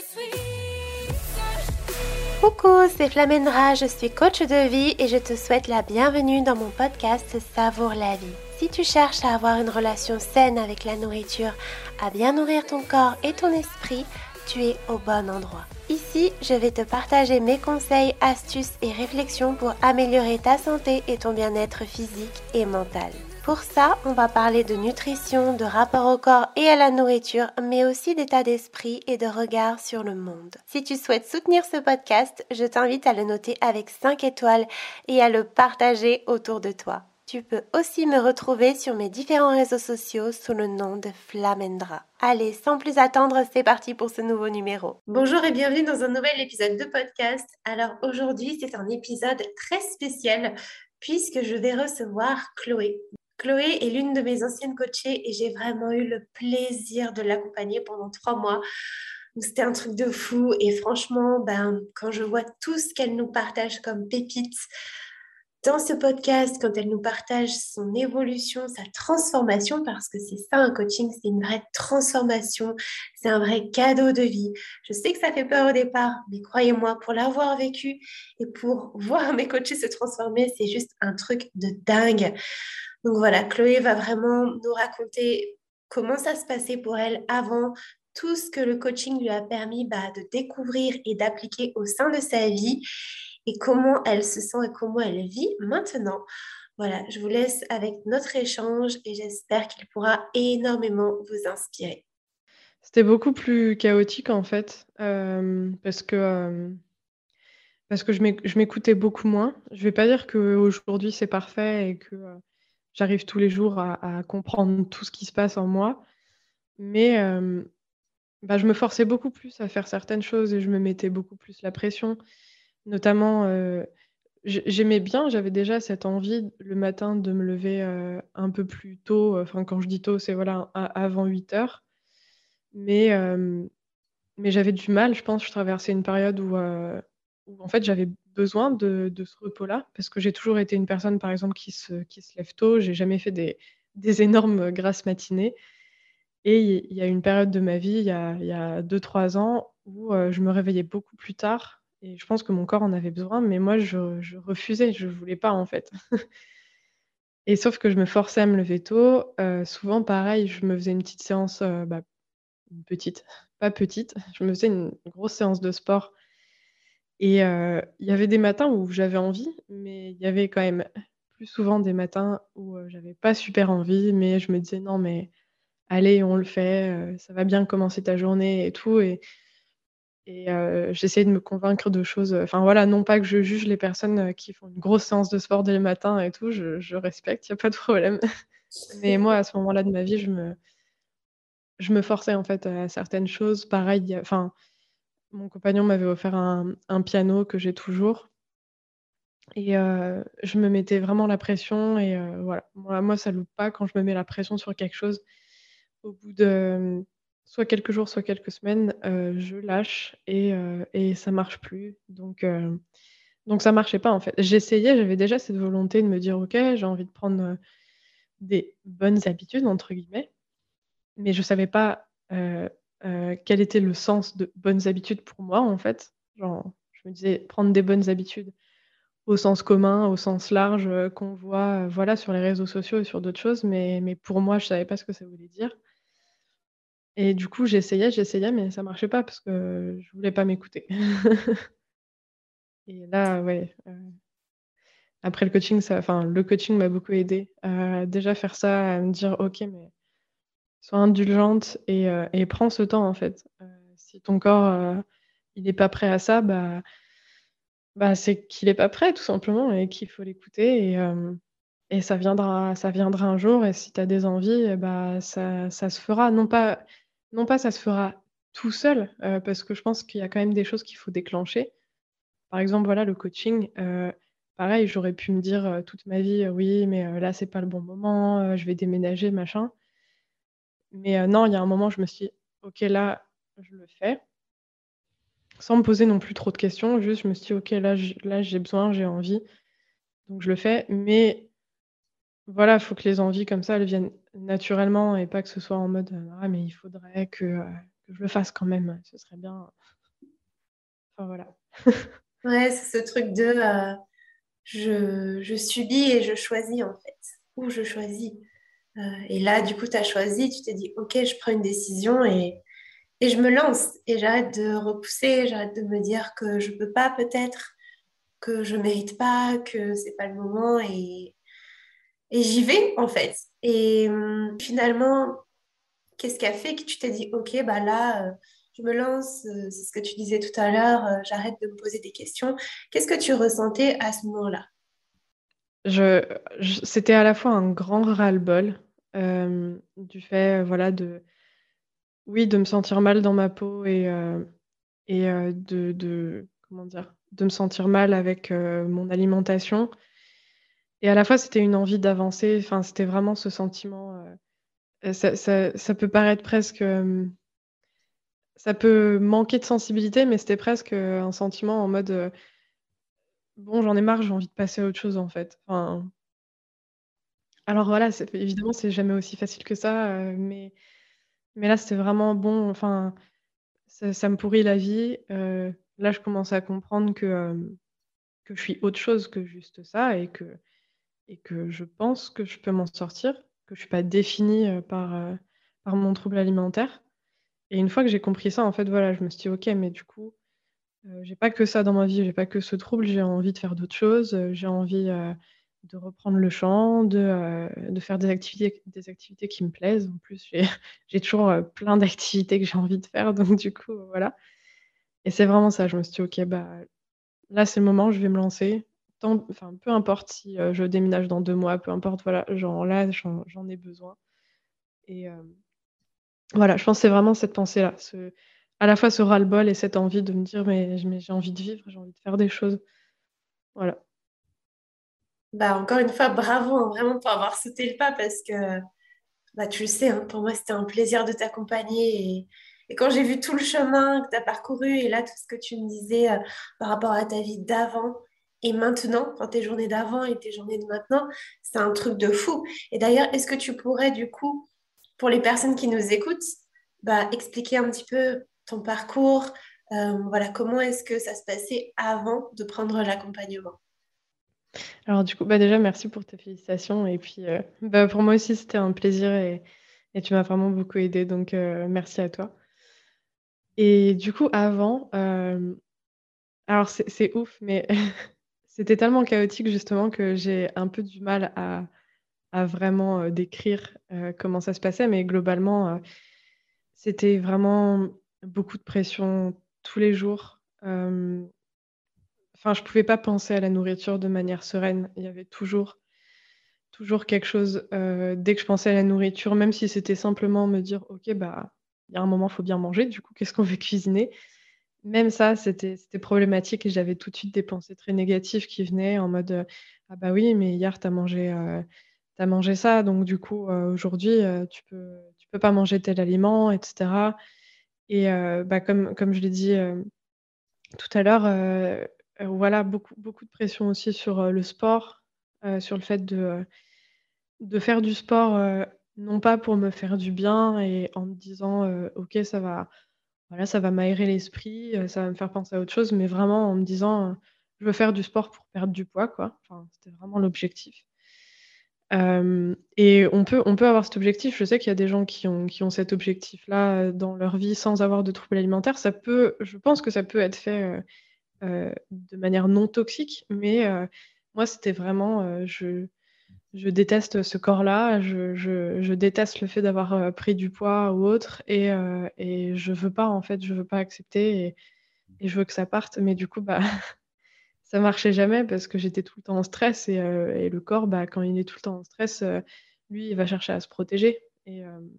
Coucou, c'est Flamendra, je suis coach de vie et je te souhaite la bienvenue dans mon podcast Savoure la vie. Si tu cherches à avoir une relation saine avec la nourriture, à bien nourrir ton corps et ton esprit, tu es au bon endroit. Ici, je vais te partager mes conseils, astuces et réflexions pour améliorer ta santé et ton bien-être physique et mental. Pour ça, on va parler de nutrition, de rapport au corps et à la nourriture, mais aussi d'état d'esprit et de regard sur le monde. Si tu souhaites soutenir ce podcast, je t'invite à le noter avec 5 étoiles et à le partager autour de toi. Tu peux aussi me retrouver sur mes différents réseaux sociaux sous le nom de Flamendra. Allez, sans plus attendre, c'est parti pour ce nouveau numéro. Bonjour et bienvenue dans un nouvel épisode de podcast. Alors aujourd'hui, c'est un épisode très spécial puisque je vais recevoir Chloé. Chloé est l'une de mes anciennes coachées et j'ai vraiment eu le plaisir de l'accompagner pendant 3 mois. Donc, c'était un truc de fou et franchement, quand je vois tout ce qu'elle nous partage comme pépites dans ce podcast, quand elle nous partage son évolution, sa transformation, parce que c'est ça un coaching, c'est une vraie transformation, c'est un vrai cadeau de vie. Je sais que ça fait peur au départ, mais croyez-moi, pour l'avoir vécu et pour voir mes coachés se transformer, c'est juste un truc de dingue. Donc voilà, Chloé va vraiment nous raconter comment ça se passait pour elle avant, tout ce que le coaching lui a permis de découvrir et d'appliquer au sein de sa vie et comment elle se sent et comment elle vit maintenant. Voilà, je vous laisse avec notre échange et j'espère qu'il pourra énormément vous inspirer. C'était beaucoup plus chaotique en fait, parce que je m'écoutais beaucoup moins. Je vais pas dire qu'aujourd'hui c'est parfait et que, j'arrive tous les jours à comprendre tout ce qui se passe en moi, mais je me forçais beaucoup plus à faire certaines choses et je me mettais beaucoup plus la pression. Notamment, j'aimais bien, j'avais déjà cette envie le matin de me lever, un peu plus tôt, enfin quand je dis tôt, c'est voilà, a avant 8 heures, mais mais j'avais du mal, je pense. Je traversais une période où en fait, j'avais besoin de ce repos-là, parce que j'ai toujours été une personne, par exemple, qui se lève tôt. J'ai jamais fait des énormes, grasses matinées et il y a une période de ma vie, il y a 2-3 ans où, je me réveillais beaucoup plus tard et je pense que mon corps en avait besoin, mais moi, je refusais, je voulais pas, en fait. Et sauf que je me forçais à me lever tôt, souvent pareil, je me faisais une petite séance, une petite, pas petite, je me faisais une grosse séance de sport et il y avait des matins où j'avais envie, mais il y avait quand même plus souvent des matins où, j'avais pas super envie, mais je me disais: «Non mais allez, on le fait, ça va bien commencer ta journée et tout» et j'essayais de me convaincre de choses, enfin voilà, non pas que je juge les personnes, qui font une grosse séance de sport dès le matin et tout, je respecte, il y a pas de problème. Mais moi, à ce moment-là de ma vie, je me forçais en fait à certaines choses. Pareil, enfin, mon compagnon m'avait offert un piano que j'ai toujours et je me mettais vraiment la pression et voilà. Moi ça loupe pas quand je me mets la pression sur quelque chose. Au bout de, soit quelques jours, soit quelques semaines, je lâche et ça marche plus. Donc ça marchait pas en fait. J'essayais, j'avais déjà cette volonté de me dire: «OK, j'ai envie de prendre, des «bonnes habitudes» entre guillemets», mais je savais pas, quel était le sens de bonnes habitudes pour moi, en fait. Genre, je me disais: «Prendre des bonnes habitudes» au sens commun, au sens large, qu'on voit, voilà, sur les réseaux sociaux et sur d'autres choses, mais pour moi, je savais pas ce que ça voulait dire et du coup, j'essayais, mais ça marchait pas parce que je voulais pas m'écouter. Et là, ouais, après le coaching m'a beaucoup aidée à déjà faire ça, à me dire: «OK, mais sois indulgente et prends ce temps, en fait. Si ton corps, il est pas prêt à ça, c'est qu'il est pas prêt tout simplement et qu'il faut l'écouter et ça viendra un jour et si tu as des envies ça se fera. Non pas ça se fera tout seul, parce que je pense qu'il y a quand même des choses qu'il faut déclencher. Par exemple, voilà, le coaching, pareil, j'aurais pu me dire, toute ma vie: «Oui, mais là, c'est pas le bon moment, je vais déménager, machin». Mais non, il y a un moment, je me suis dit: «OK, là, je le fais». Sans me poser non plus trop de questions, juste je me suis dit: «OK, là j'ai besoin, j'ai envie, donc je le fais». Mais voilà, faut que les envies comme ça, elles viennent naturellement et pas que ce soit en mode: «Ah mais il faudrait que que je le fasse quand même, ce serait bien. Enfin voilà. Ouais, c'est ce truc de je subis et je choisis en fait. Ou je choisis. Et là, du coup, tu as choisi, tu t'es dit, ok, je prends une décision et je me lance. Et j'arrête de repousser, j'arrête de me dire que je peux pas peut-être, que je mérite pas, que c'est pas le moment. Et j'y vais en fait. Et finalement, qu'est-ce qui a fait que tu t'es dit, ok, bah là, je me lance, c'est ce que tu disais tout à l'heure, j'arrête de me poser des questions. Qu'est-ce que tu ressentais à ce moment-là? Je C'était à la fois un grand ras-le-bol, du fait, voilà, de me sentir mal dans ma peau et de comment dire? De me sentir mal avec, mon alimentation et à la fois, c'était une envie d'avancer. Enfin, c'était vraiment ce sentiment, ça peut paraître presque, ça peut manquer de sensibilité, mais c'était presque, un sentiment en mode, «Bon, j'en ai marre, j'ai envie de passer à autre chose, en fait». Enfin, alors voilà, c'est évidemment, c'est jamais aussi facile que ça, mais là, c'était vraiment bon, enfin, ça me pourrit la vie, là, je commence à comprendre que je suis autre chose que juste ça et que je pense que je peux m'en sortir, que je suis pas définie, par mon trouble alimentaire et une fois que j'ai compris ça, en fait, voilà, je me suis dit: «OK, mais du coup, j'ai pas que ça dans ma vie, j'ai pas que ce trouble, j'ai envie de faire d'autres choses, j'ai envie, de reprendre le chant, de faire des activités qui me plaisent». En plus, j'ai toujours, plein d'activités que j'ai envie de faire donc du coup, voilà et c'est vraiment ça. Je me suis dit: «OK, bah, là, c'est le moment, je vais me lancer». Enfin, peu importe si, je déménage dans 2 mois, peu importe, voilà, genre là, j'en ai besoin et voilà, je pense que c'est vraiment cette pensée-là, à la fois ce ras-le-bol et cette envie de me dire: «Mais j'ai envie de vivre, j'ai envie de faire des choses». Voilà. Bah, encore une fois, bravo hein, vraiment pour avoir sauté le pas parce que bah, tu le sais, hein, pour moi, c'était un plaisir de t'accompagner. Et quand j'ai vu tout le chemin que tu as parcouru et là, tout ce que tu me disais par rapport à ta vie d'avant et maintenant, enfin, tes journées d'avant et tes journées de maintenant, c'est un truc de fou. Et d'ailleurs, est-ce que tu pourrais, du coup, pour les personnes qui nous écoutent, bah, expliquer un petit peu ton parcours, voilà, comment est-ce que ça se passait avant de prendre l'accompagnement? Alors du coup, bah, déjà merci pour tes félicitations et puis, bah, pour moi aussi c'était un plaisir et tu m'as vraiment beaucoup aidée donc merci à toi et du coup avant, alors c'est ouf mais c'était tellement chaotique justement que j'ai un peu du mal à vraiment, décrire, comment ça se passait mais globalement, c'était vraiment beaucoup de pression tous les jours, enfin je pouvais pas penser à la nourriture de manière sereine. Il y avait toujours quelque chose, dès que je pensais à la nourriture, même si c'était simplement me dire: «OK, bah, il y a un moment, faut bien manger, du coup, qu'est-ce qu'on veut cuisiner?» Même ça, c'était problématique et j'avais tout de suite des pensées très négatives qui venaient en mode, «Ah bah, oui, mais hier tu mangé ça, donc du coup, aujourd'hui, tu peux pas manger tel aliment» et cetera et bah, comme je l'ai dit, tout à l'heure, voilà, beaucoup de pression aussi sur, le sport, sur le fait de faire du sport, non pas pour me faire du bien et en me disant, «OK, ça va voilà, ça va m'aérer l'esprit, ça va me faire penser à autre chose», mais vraiment en me disant, «Je veux faire du sport pour perdre du poids», quoi. Enfin, c'était vraiment l'objectif. Et on peut avoir cet objectif. Je sais qu'il y a des gens qui ont cet objectif-là, dans leur vie sans avoir de troubles alimentaires. Je pense que ça peut être fait, de manière non toxique, mais moi, c'était vraiment, je déteste ce corps-là, je déteste le fait d'avoir, pris du poids ou autre et je veux pas, en fait, je veux pas accepter et je veux que ça parte. Mais du coup, bah, ça marchait jamais parce que j'étais tout le temps en stress et le corps, bah, quand il est tout le temps en stress, lui, il va chercher à se protéger et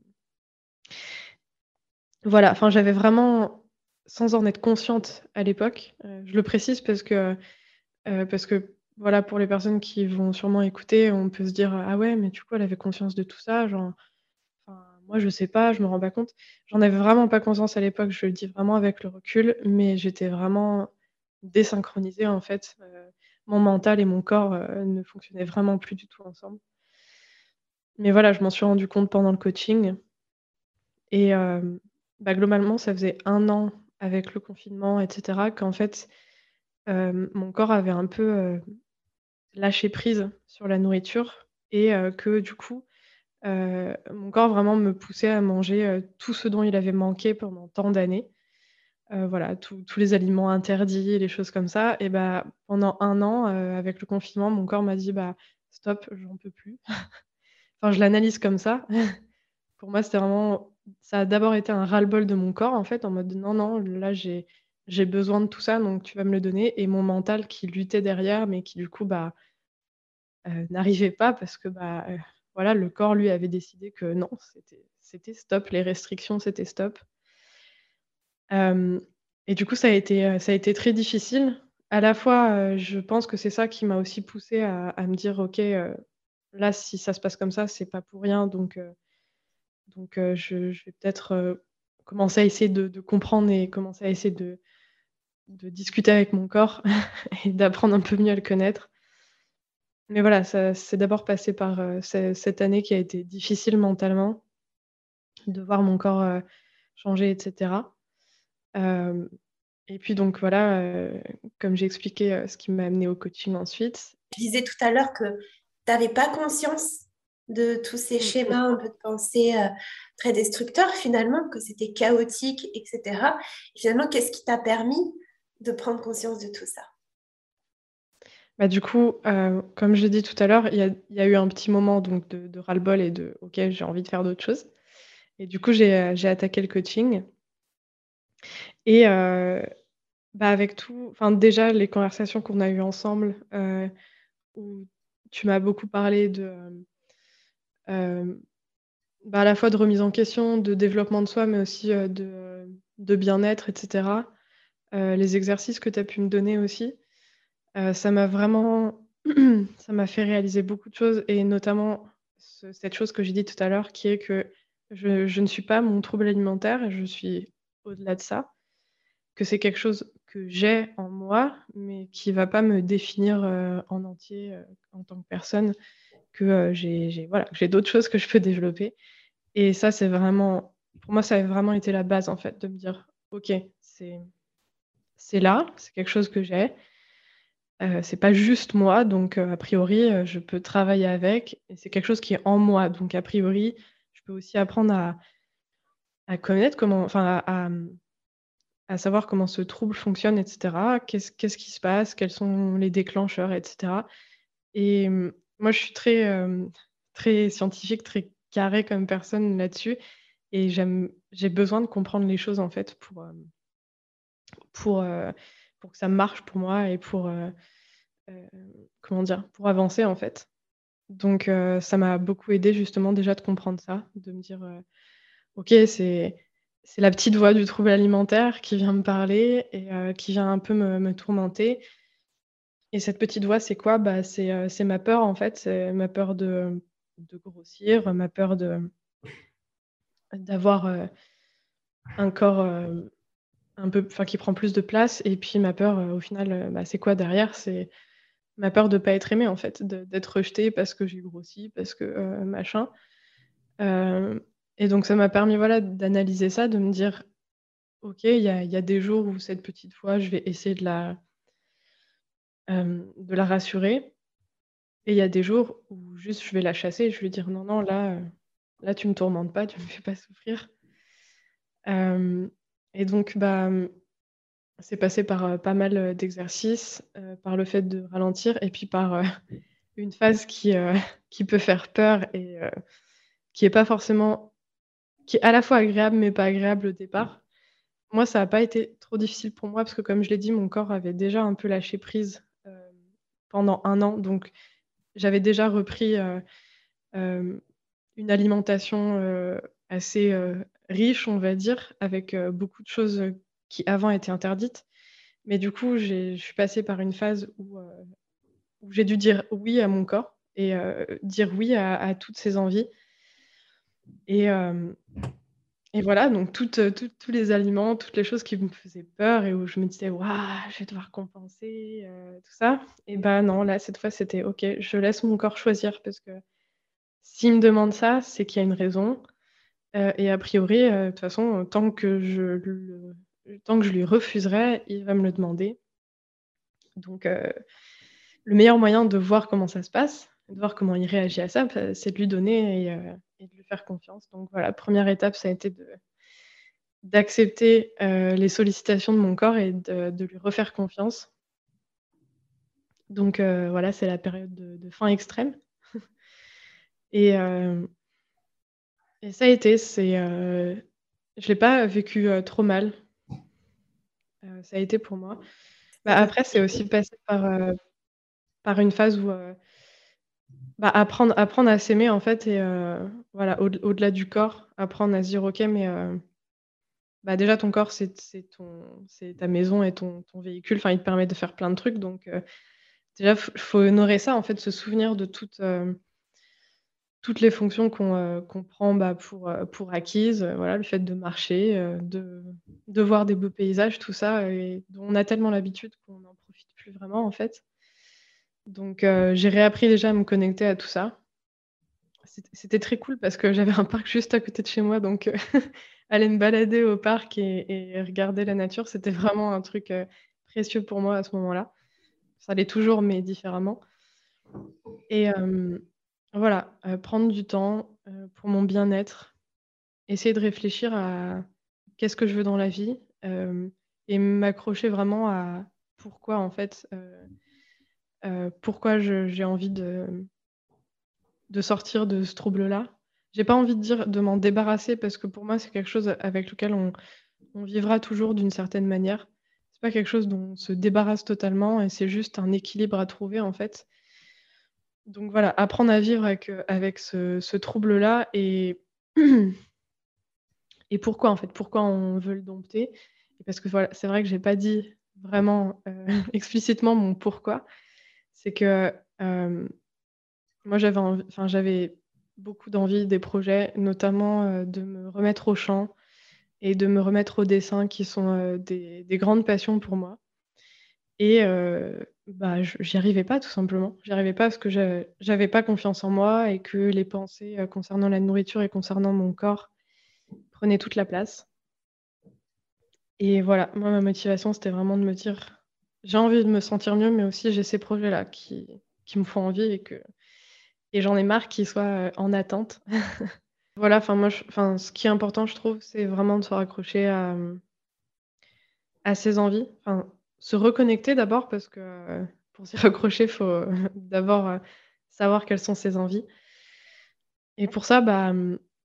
voilà, enfin, j'avais vraiment sans en être consciente à l'époque, je le précise parce que voilà, pour les personnes qui vont sûrement écouter, on peut se dire: «Ah ouais, mais du coup, elle avait conscience de tout ça?» genre, enfin, moi, je sais pas, je me rends pas compte. J'en avais vraiment pas conscience à l'époque, je le dis vraiment avec le recul, mais j'étais vraiment désynchronisée, en fait, mon mental et mon corps, ne fonctionnaient vraiment plus du tout ensemble. Mais voilà, je m'en suis rendu compte pendant le coaching et globalement, ça faisait 1 an avec le confinement et cetera qu'en fait, mon corps avait un peu, lâché prise sur la nourriture et que du coup, mon corps vraiment me poussait à manger, tout ce dont il avait manqué pendant tant d'années. Voilà, tous les aliments interdits, les choses comme ça et pendant 1 an, avec le confinement, mon corps m'a dit: «Bah, stop, j'en peux plus». Enfin, je l'analyse comme ça. Pour moi, c'était vraiment ça a d'abord été un ras-le-bol de mon corps, en fait, en mode: «Non, non, là, j'ai besoin de tout ça, donc tu vas me le donner» et mon mental qui luttait derrière, mais qui du coup, n'arrivait pas parce que, voilà, le corps, lui, avait décidé que non, c'était stop, les restrictions, c'était stop. Hem et du coup, ça a été très difficile. À la fois, je pense que c'est ça qui m'a aussi poussée à me dire: «OK, là, si ça se passe comme ça, c'est pas pour rien, donc je vais peut-être, commencer à essayer de comprendre et commencer à essayer de discuter avec mon corps et d'apprendre un peu mieux à le connaître». Mais voilà, ça c'est d'abord passé par, cette année qui a été difficile mentalement, de voir mon corps, changer et cetera. Hem et puis donc voilà, comme j'ai expliqué, ce qui m'a amenée au coaching ensuite. Tu disais tout à l'heure que tu avais pas conscience de tous ces Mmh. schémas un peu de pensée très destructeurs finalement, que c'était chaotique, etc. Et finalement, qu'est-ce qui t'a permis de prendre conscience de tout ça? Du coup, comme je l'ai dit tout à l'heure, il y a eu un petit moment donc de ras-le-bol et de: «OK, j'ai envie de faire d'autres choses» et du coup, j'ai attaqué le coaching et avec tout enfin déjà les conversations qu'on a eues ensemble, où tu m'as beaucoup parlé de, à la fois de remise en question, de développement de soi, mais aussi, de bien-être et cetera. Les exercices que tu as pu me donner aussi, ça m'a vraiment ça m'a fait réaliser beaucoup de choses et notamment cette chose que j'ai dit tout à l'heure qui est que je ne suis pas mon trouble alimentaire, je suis au-delà de ça. Que c'est quelque chose que j'ai en moi, mais qui va pas me définir, en entier, en tant que personne, que, j'ai voilà, que j'ai d'autres choses que je peux développer et ça, c'est vraiment pour moi, ça a vraiment été la base, en fait, de me dire: «OK, c'est c'est là, c'est quelque chose que j'ai, c'est pas juste moi, donc a priori, je peux travailler avec et c'est quelque chose qui est en moi, donc a priori, je peux aussi apprendre à connaître comment enfin, à savoir comment ce trouble fonctionne et cetera. Qu'est-ce qui se passe? Quels sont les déclencheurs et cetera et moi je suis très, très scientifique, très carrée comme personne là-dessus et j'ai besoin de comprendre les choses en fait pour, heu, pour que ça marche pour moi et heu, comment dire? Pour avancer en fait. Donc ça m'a beaucoup aidé justement déjà de comprendre ça, de me dire, OK, c'est la petite voix du trouble alimentaire qui vient me parler et qui vient un peu me tourmenter et cette petite voix, c'est quoi? C'est ma peur, en fait, c'est ma peur de grossir, ma peur d'avoir, un corps, un peu enfin, qui prend plus de place et puis ma peur, au final, c'est quoi derrière? C'est ma peur de pas être aimée, en fait, d'être rejetée parce que j'ai grossi, parce que, machin. Hem et donc ça m'a permis, voilà, d'analyser ça, de me dire: OK, il y a des jours où cette petite voix, je vais essayer de la rassurer et il y a des jours où juste je vais la chasser et je vais lui dire: «Non, non, là tu me tourmentes pas, tu me fais pas souffrir». Hem et donc c'est passé par, pas mal, d'exercices, par le fait de ralentir et puis par, une phase qui peut faire peur et qui est pas forcément qui est à la fois agréable mais pas agréable au départ. Moi, ça a pas été trop difficile pour moi parce que comme je l'ai dit, mon corps avait déjà un peu lâché prise, pendant 1 an, donc j'avais déjà repris, hem, une alimentation, assez, riche, on va dire, avec, beaucoup de choses, qui avant étaient interdites. Mais du coup, je suis passée par une phase où j'ai dû dire oui à mon corps et dire oui à toutes ses envies et voilà, donc tous les aliments, toutes les choses qui me faisaient peur et où je me disais: «Waouh, je vais devoir compenser, tout ça» et non, là, cette fois, c'était: «OK, je laisse mon corps choisir» parce que s'il me demande ça, c'est qu'il y a une raison. et a priori, de toute façon, tant que je lui refuserai, il va me le demander. Donc le meilleur moyen de voir comment ça se passe, de voir comment il réagit à ça, c'est de lui donner et de lui faire confiance. Donc voilà, première étape, ça a été d'accepter, les sollicitations de mon corps et de lui refaire confiance. Donc voilà, c'est la période de faim extrême et hem et ça a été, je l'ai pas vécu, trop mal, ça a été pour moi. Bah, C'était après, c'est aussi passé par une phase où, bah, apprendre à s'aimer en fait et voilà, au-delà du corps, apprendre à se dire: «OK, mais bah, déjà ton corps c'est ta maison et ton véhicule, enfin il te permet de faire plein de trucs donc déjà faut honorer ça en fait, se souvenir de toutes les fonctions qu'on prend, bah, pour acquises, voilà, le fait de marcher, de voir des beaux paysages, tout ça et dont on a tellement l'habitude qu'on n'en profite plus vraiment en fait. Donc j'ai réappris déjà à me connecter à tout ça. C'était très cool parce que j'avais un parc juste à côté de chez moi, donc aller me balader au parc et regarder la nature, c'était vraiment un truc, précieux pour moi à ce moment-là. Ça l'est toujours, mais différemment et voilà, prendre du temps, pour mon bien-être, essayer de réfléchir à qu'est-ce que je veux dans la vie, et m'accrocher vraiment à pourquoi en fait, pourquoi j'ai envie de sortir de ce trouble-là. J'ai pas envie de dire de m'en débarrasser parce que pour moi, c'est quelque chose avec lequel on vivra toujours d'une certaine manière. C'est pas quelque chose dont on se débarrasse totalement et c'est juste un équilibre à trouver, en fait. Donc voilà, apprendre à vivre avec ce trouble-là et pourquoi, en fait, pourquoi on veut le dompter et parce que voilà, c'est vrai que j'ai pas dit vraiment, explicitement mon pourquoi. C'est que, moi, j'avais beaucoup d'envie, des projets, notamment, de me remettre au chant et de me remettre au dessin qui sont, des grandes passions pour moi et bah, j'y arrivais pas tout simplement. J'y arrivais pas parce que j'avais pas confiance en moi et que les pensées, concernant la nourriture et concernant mon corps prenaient toute la place et voilà, moi, ma motivation, c'était vraiment de me dire: «J'ai envie de me sentir mieux, mais aussi j'ai ces projets-là qui me font envie et j'en ai marre qu'ils soient, en attente». Voilà, enfin moi ce qui est important je trouve, c'est vraiment de se raccrocher à ses envies, enfin se reconnecter d'abord parce que, pour s'y raccrocher, faut, d'abord, savoir quelles sont ses envies et pour ça, bah,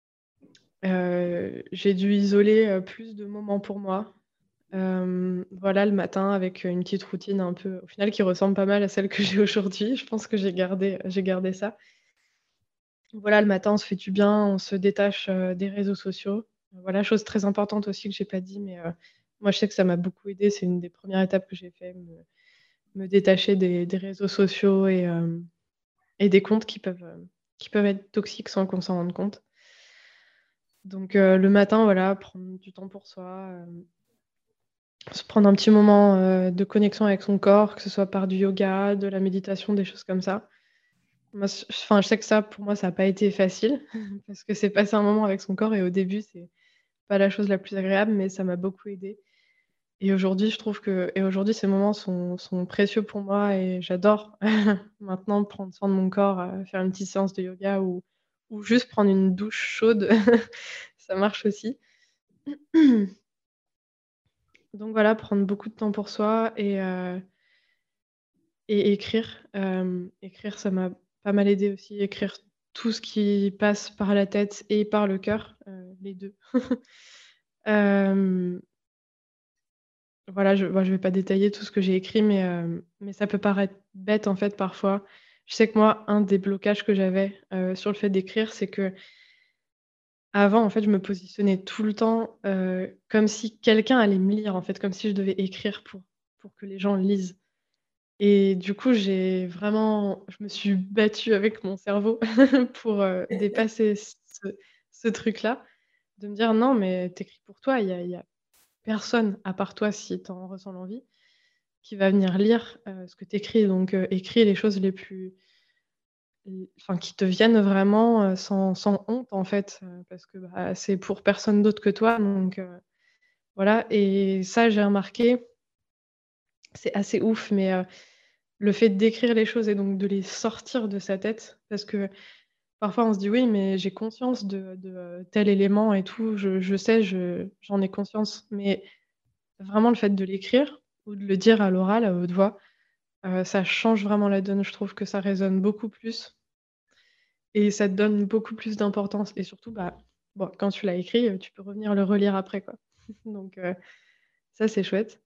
j'ai dû isoler, plus de moments pour moi. Voilà le matin avec, une petite routine un peu au final qui ressemble pas mal à celle que j'ai aujourd'hui. Je pense que j'ai gardé ça. Voilà, le matin, on se fait du bien, on se détache, des réseaux sociaux. Voilà, chose très importante aussi que j'ai pas dit, mais moi, je sais que ça m'a beaucoup aidée. C'est une des premières étapes que j'ai fait, me détacher des réseaux sociaux et des comptes qui peuvent être toxiques sans qu'on s'en rende compte. Donc le matin, voilà, prendre du temps pour soi, se prendre un petit moment, de connexion avec son corps, que ce soit par du yoga, de la méditation, des choses comme ça. Moi, je sais que ça, pour moi, ça a pas été facile parce que c'est passer un moment avec son corps et au début, c'est pas la chose la plus agréable, mais ça m'a beaucoup aidée et aujourd'hui, ces moments sont précieux pour moi et j'adore maintenant prendre soin de mon corps, faire une petite séance de yoga ou juste prendre une douche chaude, ça marche aussi. Donc voilà, prendre beaucoup de temps pour soi et écrire. Écrire, ça m'a pas mal aidée aussi, écrire tout ce qui passe par la tête et par le cœur, les 2. Hem, voilà, je vais pas détailler tout ce que j'ai écrit, mais ça peut paraître bête, en fait, parfois. Je sais que moi, un des blocages que j'avais, sur le fait d'écrire, c'est qu'avant, en fait, je me positionnais tout le temps, comme si quelqu'un allait me lire, en fait, comme si je devais écrire pour que les gens lisent. Et du coup, je me suis battue avec mon cerveau pour, dépasser ce truc-là, de me dire: «Non, mais tu écris pour toi, il y a personne à part toi, si tu en ressens l'envie, qui va venir lire, ce que tu écris, donc écris les choses les plus enfin qui te viennent vraiment, sans honte en fait, parce que, bah, c'est pour personne d'autre que toi donc voilà et ça j'ai remarqué, c'est assez ouf mais le fait d'écrire les choses et donc de les sortir de sa tête parce que parfois on se dit: «Oui mais j'ai conscience de tel élément et tout, je sais, j'en ai conscience». Mais vraiment le fait de l'écrire ou de le dire à l'oral à haute voix, ça change vraiment la donne. Je trouve que ça résonne beaucoup plus et ça te donne beaucoup plus d'importance et surtout, bah, bon, quand tu l'as écrit, tu peux revenir le relire après, quoi. Donc ça, c'est chouette.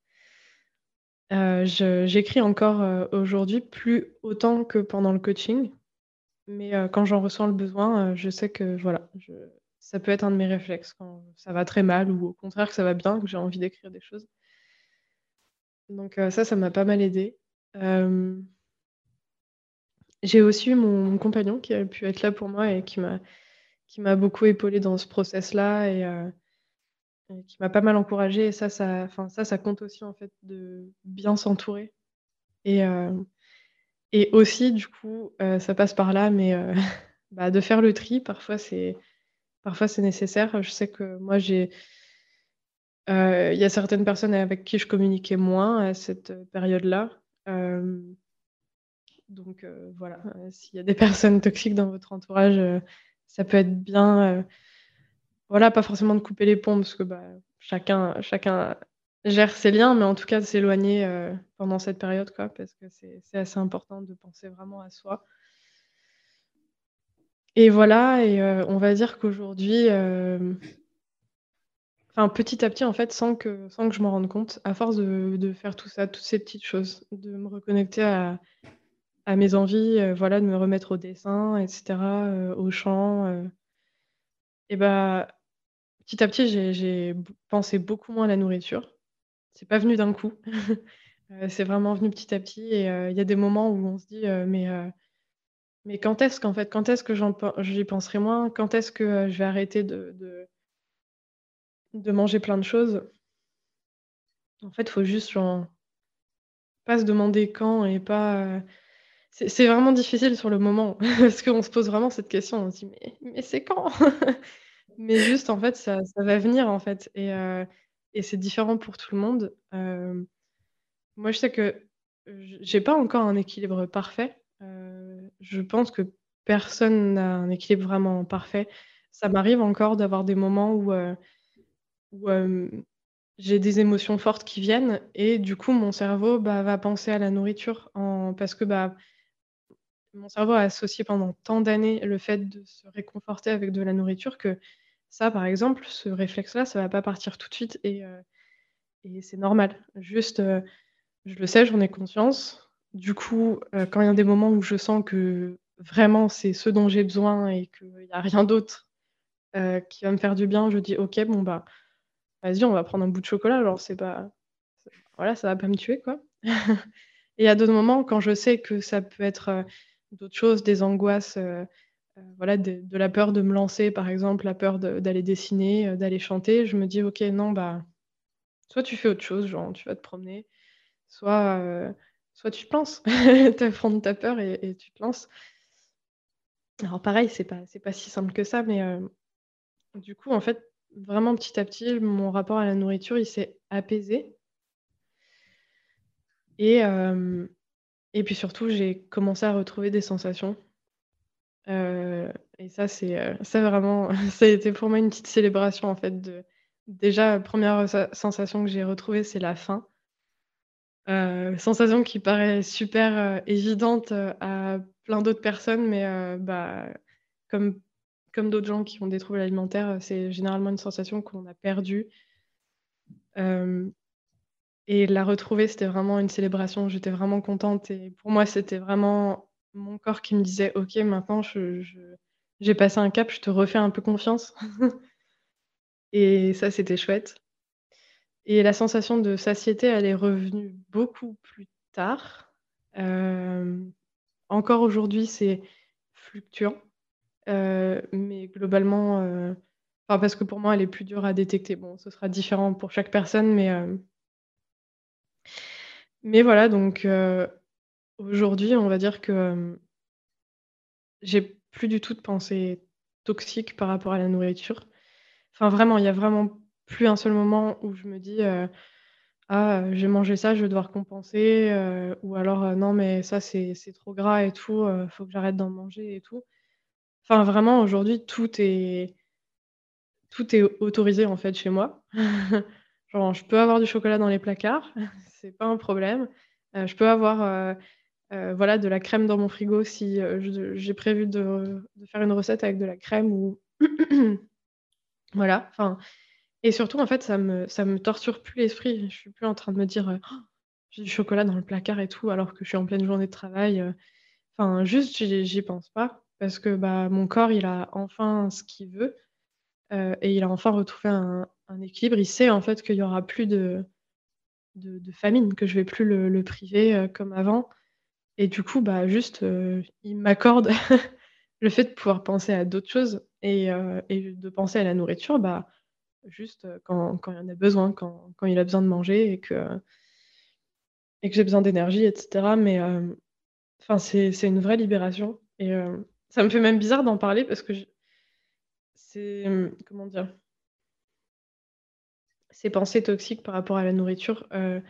J'écris encore, aujourd'hui, plus autant que pendant le coaching, mais quand j'en ressens le besoin, je sais que voilà, je ça peut être un de mes réflexes quand ça va très mal ou au contraire que ça va bien, que j'ai envie d'écrire des choses. Donc ça m'a pas mal aidée. Hem J'ai aussi eu mon compagnon qui a pu être là pour moi et qui m'a beaucoup épaulée dans ce process-là et qui m'a pas mal encouragée et ça compte aussi en fait de bien s'entourer et et aussi du coup, ça passe par là mais bah, de faire le tri parfois c'est nécessaire. Je sais que moi il y a certaines personnes avec qui je communiquais moins à cette, période-là, hem, donc voilà, s'il y a des personnes toxiques dans votre entourage, ça peut être bien, voilà, pas forcément de couper les ponts parce que, bah, chacun gère ses liens, mais en tout cas de s'éloigner, pendant cette période, quoi, parce que c'est assez important de penser vraiment à soi et voilà et on va dire qu'aujourd'hui, enfin, petit à petit, en fait, sans que je m'en rende compte, à force de faire tout ça, toutes ces petites choses, de me reconnecter à mes envies, voilà, de me remettre au dessin et cetera, au chant, et bah, petit à petit, j'ai pensé beaucoup moins à la nourriture. C'est pas venu d'un coup. C'est vraiment venu petit à petit et il y a des moments où on se dit, «Mais quand est-ce qu'en fait, quand est-ce que j'y penserai moins? Quand est-ce que, je vais arrêter de manger plein de choses?» En fait, faut juste genre pas se demander quand et pas, c'est vraiment difficile sur le moment parce qu'on se pose vraiment cette question. On se dit: «Mais c'est quand?» Mais juste en fait, ça va venir en fait et c'est différent pour tout le monde. Moi, je sais que j'ai pas encore un équilibre parfait. Je pense que personne n'a un équilibre vraiment parfait. Ça m'arrive encore d'avoir des moments où j'ai des émotions fortes qui viennent et du coup, mon cerveau, bah, va penser à la nourriture parce que, bah, mon cerveau a associé pendant tant d'années le fait de se réconforter avec de la nourriture que ça, par exemple, ce réflexe-là, ça va pas partir tout de suite et c'est normal. Juste, je le sais, j'en ai conscience. Du coup, quand il y a des moments où je sens que vraiment c'est ce dont j'ai besoin et qu'il y a rien d'autre, qui va me faire du bien, je dis: «OK, bon, bah, vas-y, on va prendre un bout de chocolat». Genre c'est voilà, ça va pas me tuer, quoi. Et il y a d'autres moments quand je sais que ça peut être, d'autres choses, des angoisses, voilà, de la peur de me lancer, par exemple, la peur d'aller dessiner, d'aller chanter, je me dis: «OK, non, bah, soit tu fais autre chose, genre tu vas te promener, soit, soit tu te lances, tu affrontes ta peur et tu te lances». Alors pareil, c'est pas si simple que ça, mais du coup, en fait, vraiment petit à petit, mon rapport à la nourriture, il s'est apaisé et et puis surtout, j'ai commencé à retrouver des sensations, et ça vraiment, ça a été pour moi une petite célébration, en fait, déjà, 1re sensation que j'ai retrouvée, c'est la faim. Sensation qui paraît super, évidente, à plein d'autres personnes, mais bah, comme comme d'autres gens qui ont des troubles alimentaires, c'est généralement une sensation qu'on a perdue, hem et la retrouver, c'était vraiment une célébration. J'étais vraiment contente et pour moi, c'était vraiment mon corps qui me disait: «OK, maintenant j'ai passé un cap, je te refais un peu confiance» et ça, c'était chouette et la sensation de satiété, elle est revenue beaucoup plus tard. Hem Encore aujourd'hui, c'est fluctuant, mais globalement, enfin, parce que pour moi, elle est plus dure à détecter. Bon, ce sera différent pour chaque personne, mais voilà donc aujourd'hui, on va dire que, j'ai plus du tout de pensée toxique par rapport à la nourriture. Enfin vraiment, il y a vraiment plus un seul moment où je me dis, «Ah, j'ai mangé ça, je vais devoir compenser», ou alors, «Non mais ça c'est trop gras et tout, faut que j'arrête d'en manger et tout». Enfin vraiment aujourd'hui tout est autorisé en fait chez moi. Genre je peux avoir du chocolat dans les placards, c'est pas un problème. Je peux avoir, voilà de la crème dans mon frigo si, j'ai prévu de faire une recette avec de la crème ou voilà, enfin et surtout en fait ça me torture plus l'esprit. Je suis plus en train de me dire, «J'ai du chocolat dans le placard et tout», alors que je suis en pleine journée de travail, enfin juste j'y pense pas parce que, bah, mon corps il a enfin ce qu'il veut, et il a enfin retrouvé un équilibre. Il sait en fait qu'il y aura plus de famine, que je vais plus le priver, comme avant et du coup, bah, juste, il m'accorde le fait de pouvoir penser à d'autres choses et de penser à la nourriture, bah, juste, quand il y en a besoin, quand il a besoin de manger et que j'ai besoin d'énergie et cetera mais enfin, c'est une vraie libération et ça me fait même bizarre d'en parler parce que comment dire? Ces pensées toxiques par rapport à la nourriture,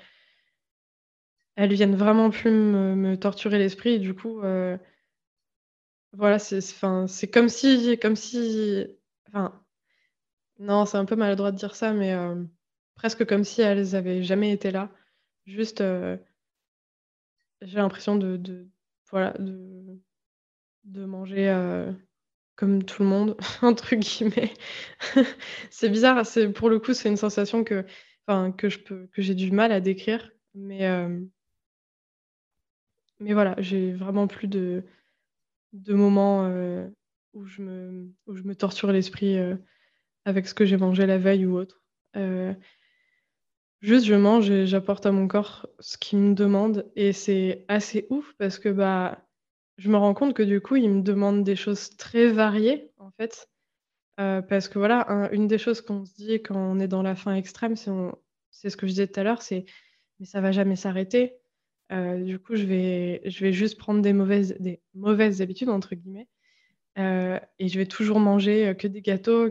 elles viennent vraiment plus me torturer l'esprit et du coup, voilà, enfin, c'est comme si enfin, non, c'est un peu maladroit de dire ça, mais presque comme si elles avaient jamais été là. Juste, j'ai l'impression de voilà, de manger, comme tout le monde, entre guillemets. C'est bizarre, c'est pour le coup, c'est une sensation enfin, que j'ai du mal à décrire, mais voilà, j'ai vraiment plus de moments, où je me torture l'esprit, avec ce que j'ai mangé la veille ou autre. Heu, Juste je mange et j'apporte à mon corps ce qu'il me demande et c'est assez ouf parce que, bah, je me rends compte que du coup, il me demande des choses très variées, en fait. Parce que voilà, une des choses qu'on se dit quand on est dans la faim extrême, c'est ce que je disais tout à l'heure, c'est: «Mais ça va jamais s'arrêter». Du coup, je vais juste prendre «des mauvaises habitudes» entre guillemets, et je vais toujours manger, que des gâteaux,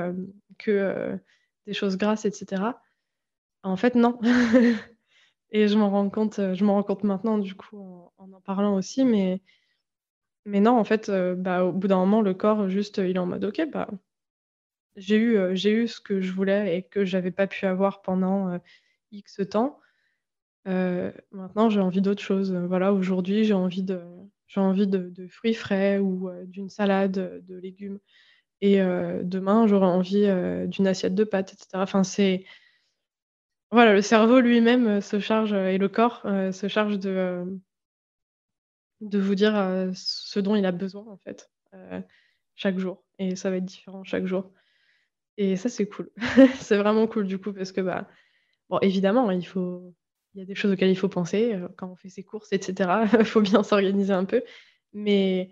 des choses grasses et cetera. En fait, non et je m'en rends compte maintenant du coup en parlant aussi, mais non, en fait, bah, au bout d'un moment, le corps juste, il est en mode: «OK, bah, j'ai eu ce que je voulais et que j'avais pas pu avoir pendant, X temps. Maintenant j'ai envie d'autre chose, voilà, aujourd'hui j'ai envie de fruits frais ou, d'une salade, de légumes et demain j'aurai envie, d'une assiette de pâtes et cetera. Enfin voilà, le cerveau lui-même, se charge, et le corps, se charge de vous dire, ce dont il a besoin en fait, chaque jour et ça va être différent chaque jour et ça c'est cool. C'est vraiment cool du coup parce que, bah, bon évidemment il y a des choses auxquelles il faut penser, quand on fait ses courses et cetera, il faut bien s'organiser un peu, mais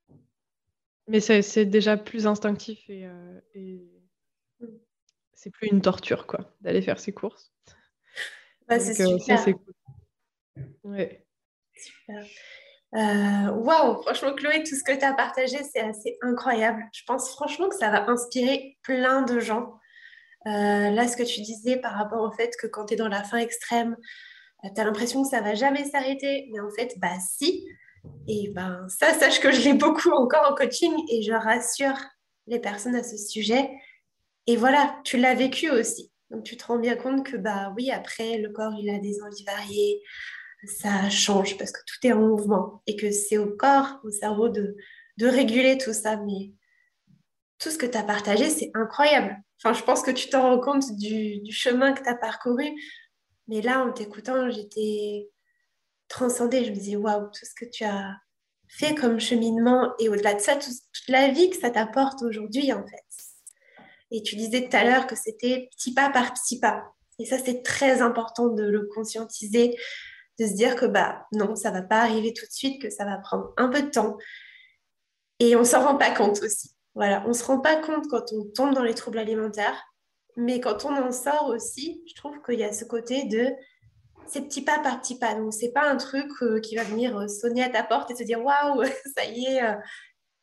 c'est déjà plus instinctif et c'est plus une torture quoi, d'aller faire ses courses. Bah, c'est Donc ça c'est super. cool. Ouais. Super. Waouh, franchement, Chloé, tout ce que tu as partagé, c'est assez incroyable. Je pense franchement que ça va inspirer plein de gens. Là, ce que tu disais par rapport au fait que quand tu es dans la faim extrême, tu as l'impression que ça va jamais s'arrêter. Mais en fait, bah si. Et ben ça, sache que je l'ai beaucoup encore en coaching et je rassure les personnes à ce sujet. Et voilà, tu l'as vécu aussi. Donc tu te rends bien compte que bah oui, après, le corps, il a des envies variées, ça change parce que tout est en mouvement et que c'est au corps, au cerveau de réguler tout ça. Mais tout ce que tu as partagé, c'est incroyable. Enfin, je pense que tu t'en rends compte du chemin que tu as parcouru. Mais là, en t'écoutant, j'étais transcendée. Je me disais, waouh, tout ce que tu as fait comme cheminement et au-delà de ça, toute la vie que ça t'apporte aujourd'hui, en fait. Et tu disais tout à l'heure que c'était petit pas par petit pas. Et ça, c'est très important de le conscientiser, de se dire que bah non, ça va pas arriver tout de suite, que ça va prendre un peu de temps. Et on s'en rend pas compte aussi. Voilà, on se rend pas compte quand on tombe dans les troubles alimentaires, mais quand on en sort aussi, je trouve qu'il y a ce côté de c'est petit pas par petit pas. Donc c'est pas un truc qui va venir sonner à ta porte et te dire waouh, ça y est.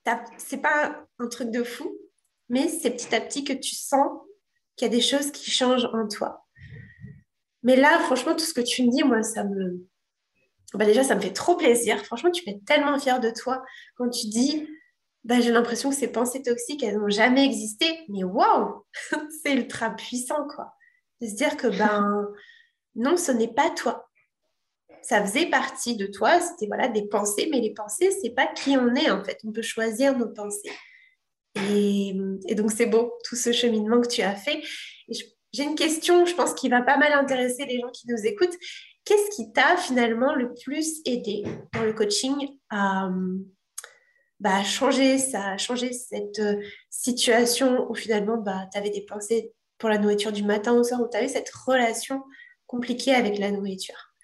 C'est pas un truc de fou, mais c'est petit à petit que tu sens qu'il y a des choses qui changent en toi. Mais là, franchement, tout ce que tu me dis, moi, bah déjà, ça me fait trop plaisir. Franchement, tu peux être tellement fière de toi quand tu dis, bah, j'ai l'impression que ces pensées toxiques, elles n'ont jamais existé. Mais waouh, c'est ultra puissant, quoi. De se dire que, ben, non, ce n'est pas toi. Ça faisait partie de toi, c'était voilà des pensées, mais les pensées, c'est pas qui on est en fait. On peut choisir nos pensées. Et, et donc c'est beau tout ce cheminement que tu as fait. Et j'ai une question, je pense, qui va pas mal intéresser les gens qui nous écoutent. Qu'est-ce qui t'a finalement le plus aidé dans le coaching à bah, changer cette situation où finalement bah, tu avais des pensées pour la nourriture du matin au soir, où tu avais cette relation compliquée avec la nourriture?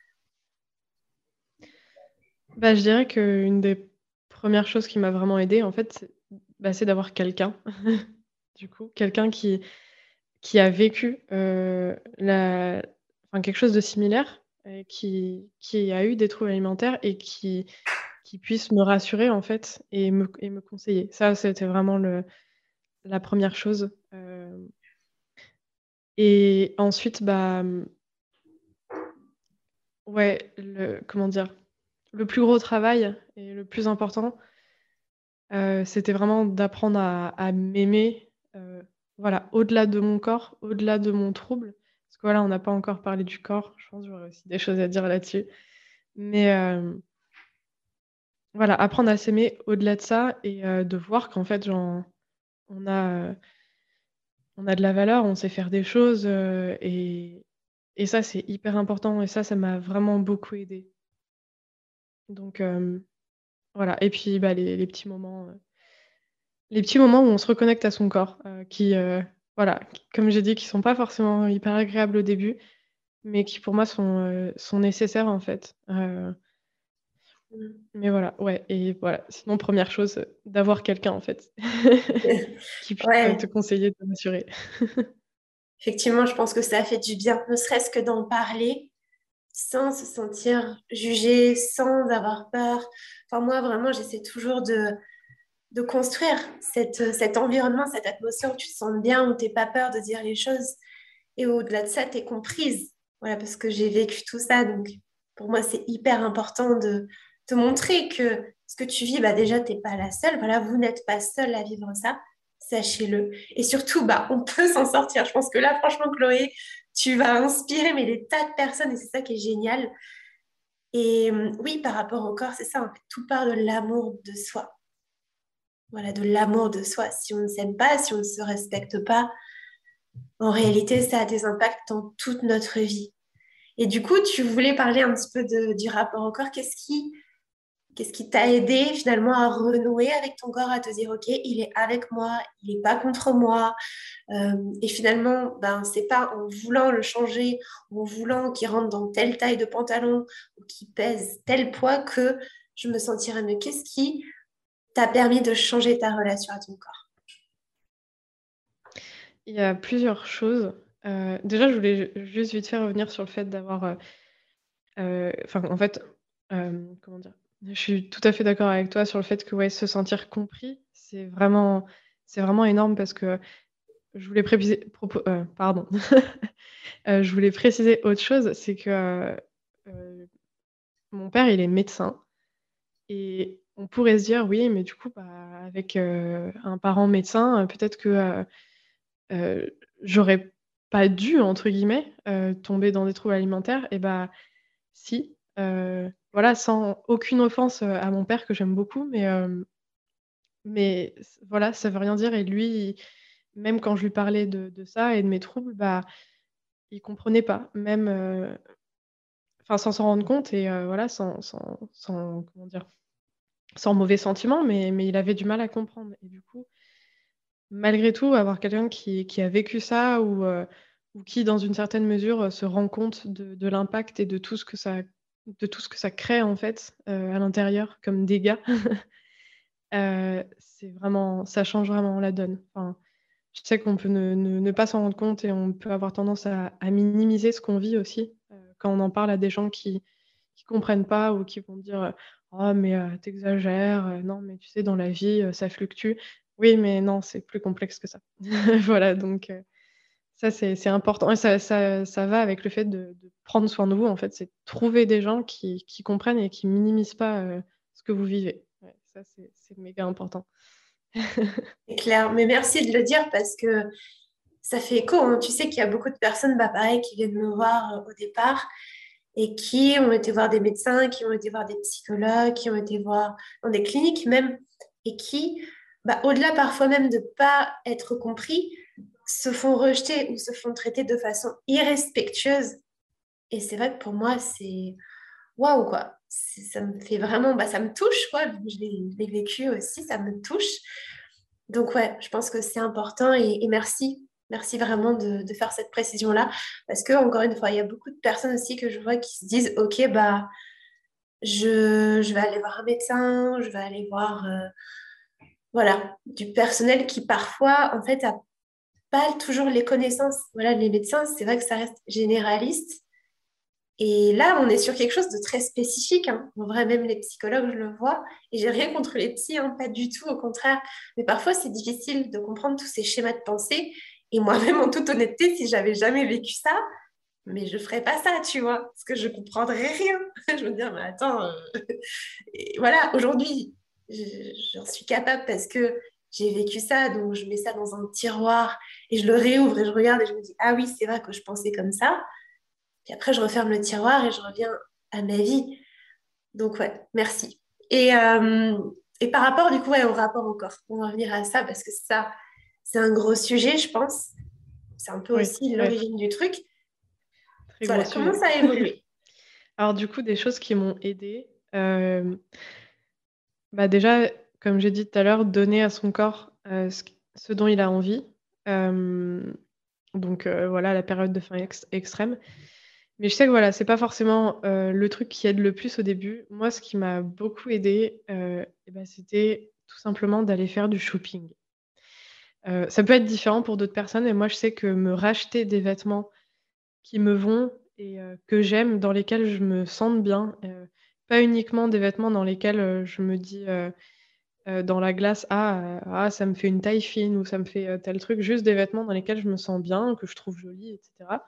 Bah, je dirais qu'une des premières choses qui m'a vraiment aidée, en fait, c'est d'avoir quelqu'un, du coup, quelqu'un qui a vécu, quelque chose de similaire et qui a eu des troubles alimentaires et qui puisse me rassurer, en fait, et me conseiller. Ça, c'était vraiment la première chose, et ensuite, ouais, comment dire? Le plus gros travail et le plus important, c'était vraiment d'apprendre à m'aimer, voilà, au-delà de mon corps, au-delà de mon trouble. Parce que voilà, on n'a pas encore parlé du corps. Je pense que j'aurais aussi des choses à dire là-dessus. Mais, voilà, apprendre à s'aimer au-delà de ça et de voir qu'en fait, on a, heu, on a de la valeur, on sait faire des choses, et ça, c'est hyper important et ça m'a vraiment beaucoup aidée. Donc, voilà, et puis, les petits moments où on se reconnecte à son corps, voilà, comme j'ai dit, qui sont pas forcément hyper agréables au début, mais qui pour moi sont nécessaires en fait. Mais voilà, ouais, et voilà, sinon première chose, d'avoir quelqu'un en fait, qui puisse, te Ouais, conseiller, te rassurer. effectivement, je pense que ça fait du bien, ne serait-ce que d'en parler sans se sentir jugé, sans avoir peur. Enfin, moi, vraiment, j'essaie toujours de construire cet environnement, cette atmosphère où tu te sens bien, où tu n'es pas peur de dire les choses. Et au-delà de ça, tu es comprise. Voilà, parce que j'ai vécu tout ça. Donc, pour moi, c'est hyper important de te montrer que ce que tu vis, bah, déjà, tu n'es pas la seule. Voilà, vous n'êtes pas seule à vivre ça. Sachez-le. Et surtout, bah, on peut s'en sortir. Je pense que là, franchement, Chloé, tu vas inspirer mais des tas de personnes et c'est ça qui est génial. Et oui, par rapport au corps, c'est ça, en fait, tout part de l'amour de soi. Voilà, de l'amour de soi. Si on ne s'aime pas, si on ne se respecte pas, en réalité, ça a des impacts dans toute notre vie. Et du coup, tu voulais parler un petit peu du rapport au corps. Qu'est-ce qui t'a aidé finalement à renouer avec ton corps, à te dire, OK, il est avec moi, il n'est pas contre moi. Et finalement, ben, c'est pas en voulant le changer, en voulant qu'il rentre dans telle taille de pantalon ou qu'il pèse tel poids que je me sentirais mieux. Qu'est-ce qui t'a permis de changer ta relation à ton corps? Il y a plusieurs choses. Déjà, je voulais juste vite fait revenir sur le fait d'avoir, enfin, en fait, comment dire? Je suis tout à fait d'accord avec toi sur le fait que, ouais, se sentir compris, c'est vraiment énorme parce que je voulais pardon, je voulais préciser autre chose, c'est que, mon père, il est médecin et on pourrait se dire: «Oui, mais du coup, avec, un parent médecin, peut-être que, j'aurais pas dû, entre guillemets, tomber dans des troubles alimentaires», et si, voilà, sans aucune offense, à mon père que j'aime beaucoup, mais voilà, ça veut rien dire, et lui, même quand je lui parlais de ça et de mes troubles, il comprenait pas, même, enfin, sans s'en rendre compte, et voilà, sans comment dire? Sans mauvais sentiment, mais il avait du mal à comprendre, et du coup, malgré tout, avoir quelqu'un qui a vécu ça, ou qui, dans une certaine mesure, se rend compte de l'impact et de tout ce que ça crée, en fait, à l'intérieur comme dégâts, c'est vraiment, ça change vraiment la donne. Enfin, je sais qu'on peut ne pas s'en rendre compte et on peut avoir tendance à minimiser ce qu'on vit aussi, quand on en parle à des gens qui comprennent pas ou qui vont dire: «Oh mais tu non mais tu sais dans la vie, ça fluctue». Oui, mais non, c'est plus complexe que ça. Voilà donc ça c'est important et ça va avec le fait de prendre soin de vous en fait, c'est trouver des gens qui comprennent et qui minimisent pas, ce que vous vivez. Ouais, ça c'est méga important. C'est clair. Mais merci de le dire parce que ça fait écho, hein. Tu sais qu'il y a beaucoup de personnes, bah, pareil, qui viennent me voir au départ et qui ont été voir des médecins, qui ont été voir des psychologues, qui ont été voir dans des cliniques même, et qui, bah, au-delà parfois même de ne pas être compris, se font rejeter ou se font traiter de façon irrespectueuse. Et c'est vrai que pour moi, c'est waouh, quoi. Ça me fait vraiment, bah, ça me touche, quoi. Je l'ai vécu aussi, ça me touche. Donc, ouais, je pense que c'est important et merci. Merci vraiment de faire cette précision-là. Parce que, encore une fois, il y a beaucoup de personnes aussi que je vois qui se disent, OK, bah, je vais aller voir un médecin, je vais aller voir, voilà, du personnel qui parfois, en fait, a pas toujours les connaissances. Voilà, les médecins, c'est vrai que ça reste généraliste. Et là, on est sur quelque chose de très spécifique, hein. En vrai, même les psychologues, je le vois. Et j'ai rien contre les psys, hein, pas du tout, au contraire. Mais parfois, c'est difficile de comprendre tous ces schémas de pensée. Et moi-même, en toute honnêteté, si j'avais jamais vécu ça, mais je ferais pas ça, tu vois, parce que je comprendrais rien. Je me dis, mais attends, et voilà, aujourd'hui, j'en suis capable parce que j'ai vécu ça, donc je mets ça dans un tiroir et je le réouvre et je regarde et je me dis, ah oui, c'est vrai que je pensais comme ça. Puis après, je referme le tiroir et je reviens à ma vie. Donc, ouais, merci. Et par rapport, du coup, ouais, au rapport au corps, on va revenir à ça parce que ça, c'est un gros sujet, je pense. C'est un peu Oui, aussi ouais, l'origine du truc. très gros Voilà, comment sujet. ça a évolué? Alors du coup, des choses qui m'ont aidée, bah, déjà, comme j'ai dit tout à l'heure, donner à son corps, ce dont il a envie. Hem, donc voilà, la période de faim extrême. Mais je sais que voilà, c'est pas forcément, le truc qui aide le plus au début. Moi, ce qui m'a beaucoup aidée, et bah, c'était tout simplement d'aller faire du shopping. Ça peut être différent pour d'autres personnes et moi, je sais que me racheter des vêtements qui me vont et que j'aime, dans lesquels je me sente bien, pas uniquement des vêtements dans lesquels, je me dis, dans la glace: «Ah, ça me fait une taille fine» ou «Ça me fait, tel truc». Juste des vêtements dans lesquels je me sens bien, que je trouve jolis et cetera.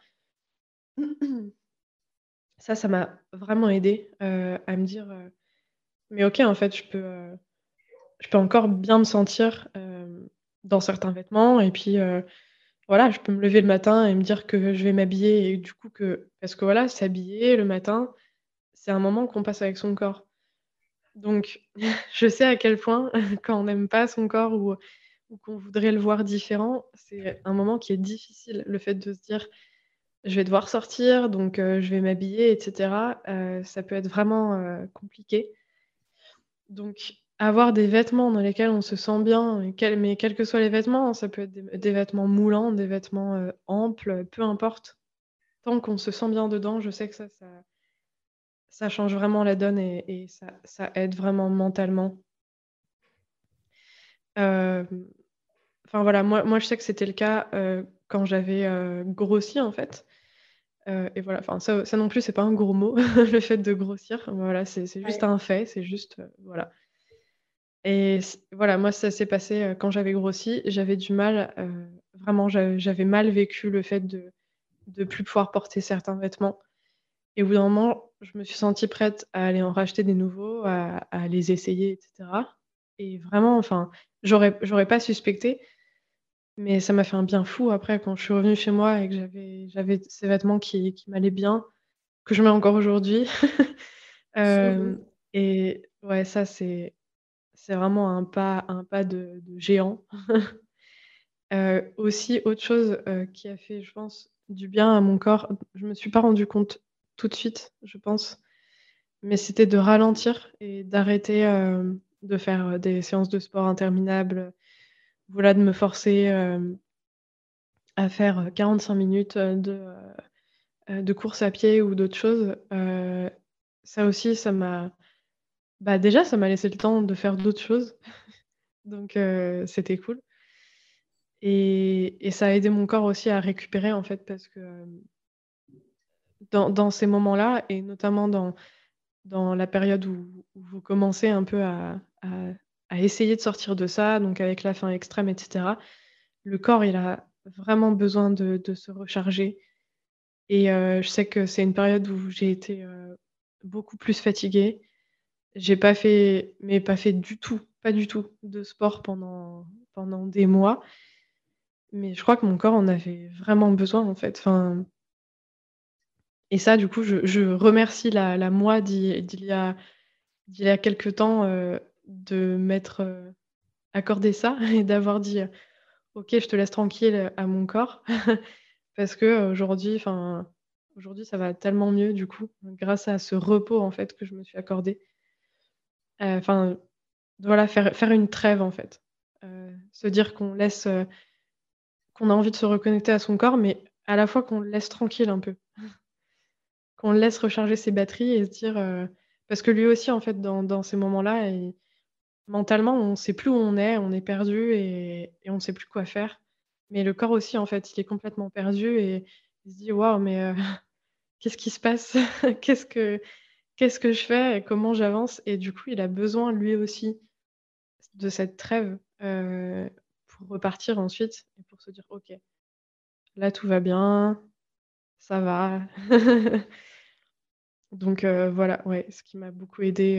Ça m'a vraiment aidée, à me dire, «Mais OK, en fait, je peux encore bien me sentir, dans certains vêtements et puis, voilà, je peux me lever le matin et me dire que je vais m'habiller et du coup que» parce que voilà, s'habiller le matin, c'est un moment qu'on passe avec son corps. Donc je sais à quel point quand on n'aime pas son corps ou qu'on voudrait le voir différent, c'est un moment qui est difficile. Le fait de se dire: «Je vais devoir sortir, donc je vais m'habiller» et cetera, ça peut être vraiment, compliqué. Donc avoir des vêtements dans lesquels on se sent bien et quels que soient les vêtements, hein, ça peut être des vêtements moulants, des vêtements, amples, peu importe. Tant qu'on se sent bien dedans, je sais que ça change vraiment la donne et ça aide vraiment mentalement. Hem, enfin voilà, moi je sais que c'était le cas, quand j'avais, grossi en fait, et voilà, enfin ça non plus c'est pas un gros mot, le fait de grossir, voilà, c'est juste Ouais. un fait, c'est juste, voilà et voilà, moi ça s'est passé, quand j'avais grossi, j'avais du mal, vraiment j'avais mal vécu le fait de plus pouvoir porter certains vêtements et au bout d'un moment, je me suis sentie prête à aller en racheter des nouveaux, à les essayer et cetera et vraiment, enfin, j'aurais pas suspecté. Mais ça m'a fait un bien fou après quand je suis revenue chez moi et que j'avais ces vêtements qui m'allaient bien, que je mets encore aujourd'hui. Hem et ouais, ça c'est vraiment un pas de géant. Aussi autre chose, qui a fait, je pense, du bien à mon corps, je me suis pas rendu compte tout de suite, je pense, mais c'était de ralentir et d'arrêter, de faire, des séances de sport interminables, voilà, de me forcer, à faire, 45 minutes, de course à pied ou d'autres choses, ça aussi, ça m'a bah, déjà, ça m'a laissé le temps de faire d'autres choses, donc c'était cool et ça a aidé mon corps aussi à récupérer, en fait, parce que, dans ces moments-là et notamment dans la période où vous commencez un peu à essayer de sortir de ça, donc avec la faim extrême et cetera. Le corps, il a vraiment besoin de se recharger et je sais que c'est une période où j'ai été, beaucoup plus fatiguée. J'ai pas fait du tout, pas du tout de sport pendant des mois, mais je crois que mon corps en avait vraiment besoin, en fait. Enfin et ça, du coup, je remercie la moi d'il y a quelque temps, de m'être, accordé ça et d'avoir dit, «OK, je te laisse tranquille», à mon corps. Parce que, aujourd'hui, ça va tellement mieux, du coup, grâce à ce repos, en fait, que je me suis accordé. Enfin, voilà, faire une trêve, en fait. Se dire qu'on a envie de se reconnecter à son corps, mais à la fois qu'on le laisse tranquille un peu. Qu'on le laisse recharger ses batteries et se dire, parce que lui aussi, en fait, dans ces moments-là, mentalement, on sait plus où on est perdu et on sait plus quoi faire. Mais le corps aussi, en fait, il est complètement perdu et il se dit: «Waouh, mais qu'est-ce qui se passe? Qu'est-ce que qu'est-ce que je fais et comment j'avance?» Et du coup, il a besoin lui aussi de cette trêve, pour repartir ensuite et pour se dire: «OK, là tout va bien, ça va». Donc voilà, ouais, ce qui m'a beaucoup aidé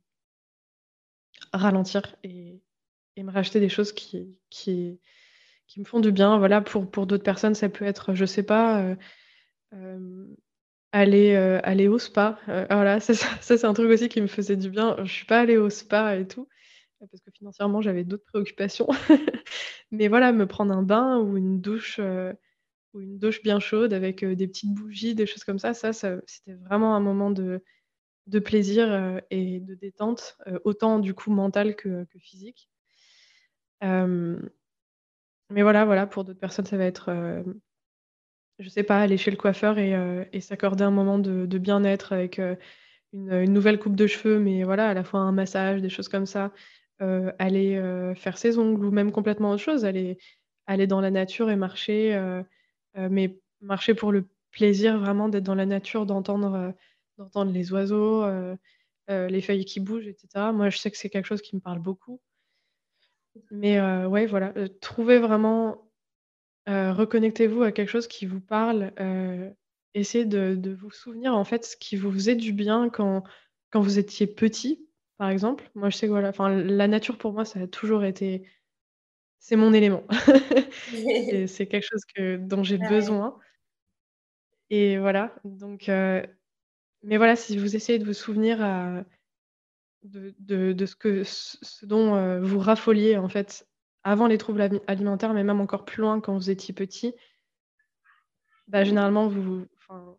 à ralentir et me racheter des choses qui me font du bien. Voilà, pour d'autres personnes, ça peut être, je sais pas, hem, aller au spa, voilà, ça c'est un truc aussi qui me faisait du bien. Je suis pas allée au spa et tout, parce que financièrement, j'avais d'autres préoccupations. Mais voilà, me prendre un bain ou une douche bien chaude avec, des petites bougies, des choses comme ça c'était vraiment un moment de plaisir, et de détente, autant du coup mental que physique. Hem, mais voilà, pour d'autres personnes, ça va être, je sais pas, aller chez le coiffeur et s'accorder un moment de bien-être avec, une nouvelle coupe de cheveux, mais voilà, à la fois un massage, des choses comme ça. Aller, faire ses ongles ou même complètement autre chose, aller dans la nature et marcher, mais marcher pour le plaisir vraiment d'être dans la nature, d'entendre les oiseaux, les feuilles qui bougent et cetera. Moi, je sais que c'est quelque chose qui me parle beaucoup, mais ouais, voilà, trouver vraiment, reconnectez-vous à quelque chose qui vous parle, essayez de vous souvenir, en fait, ce qui vous faisait du bien quand vous étiez petit, par exemple. Moi, je sais que voilà, enfin, la nature pour moi, ça a toujours été c'est mon élément. C'est quelque chose dont j'ai Ouais. besoin et voilà, donc mais voilà, si vous essayez de vous souvenir de ce dont, vous raffoliez, en fait, avant les troubles alimentaires, mais même encore plus loin quand vous étiez petit, bah, généralement enfin,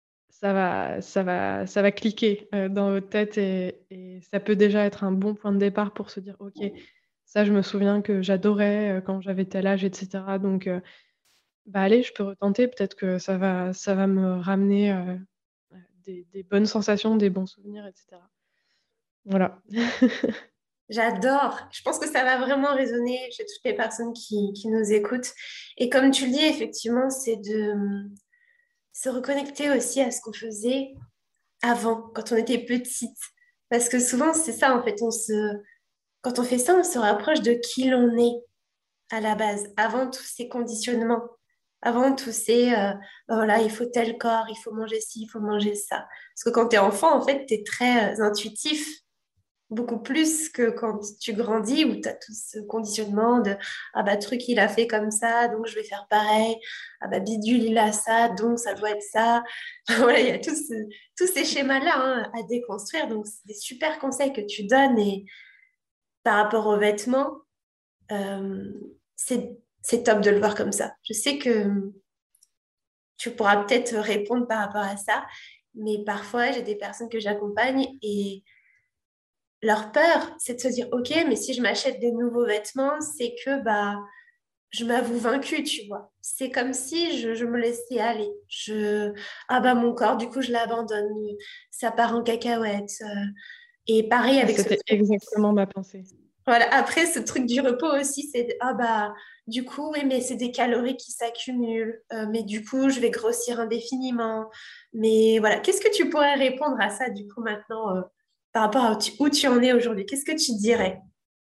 ça va cliquer, dans votre tête et ça peut déjà être un bon point de départ pour se dire: «OK, ça je me souviens que j'adorais, quand j'avais tel âge et cetera donc bah, allez, je peux retenter, peut-être que ça va me ramener, des bonnes sensations, des bons souvenirs et cetera». Voilà. J'adore. Je pense que ça va vraiment résonner chez toutes les personnes qui nous écoutent. Et comme tu le dis, effectivement, c'est de se reconnecter aussi à ce qu'on faisait avant, quand on était petite. Parce que souvent, c'est ça, en fait, quand on fait ça, on se rapproche de qui l'on est à la base, avant tous ces conditionnements, avant tous ces, ben voilà, il faut tel corps, il faut manger ci, il faut manger ça. Parce que quand tu es enfant, en fait, tu es très intuitif, beaucoup plus que quand tu grandis, où tu as tout ce conditionnement de, ah bah truc, il a fait comme ça, donc je vais faire pareil, ah bah bidule, il a ça, donc ça doit être ça. Voilà, il y a tous ces schémas-là hein, à déconstruire, donc c'est des super conseils que tu donnes et par rapport aux vêtements, euh, c'est top de le voir comme ça. Je sais que tu pourras peut-être répondre par rapport à ça, mais parfois j'ai des personnes que j'accompagne et leur peur, c'est de se dire, ok, mais si je m'achète des nouveaux vêtements, c'est que bah je m'avoue vaincue, tu vois. C'est comme si je me laissais aller. Ah bah mon corps, du coup, je l'abandonne. Ça part en cacahuète. Et pareil avec ce C'était truc. exactement ma pensée. Voilà. Après, ce truc du repos aussi, c'est ah bah du coup, oui, mais c'est des calories qui s'accumulent. Mais du coup, je vais grossir indéfiniment. Mais voilà, qu'est-ce que tu pourrais répondre à ça du coup maintenant par rapport à où tu en es aujourd'hui? Qu'est-ce que tu dirais?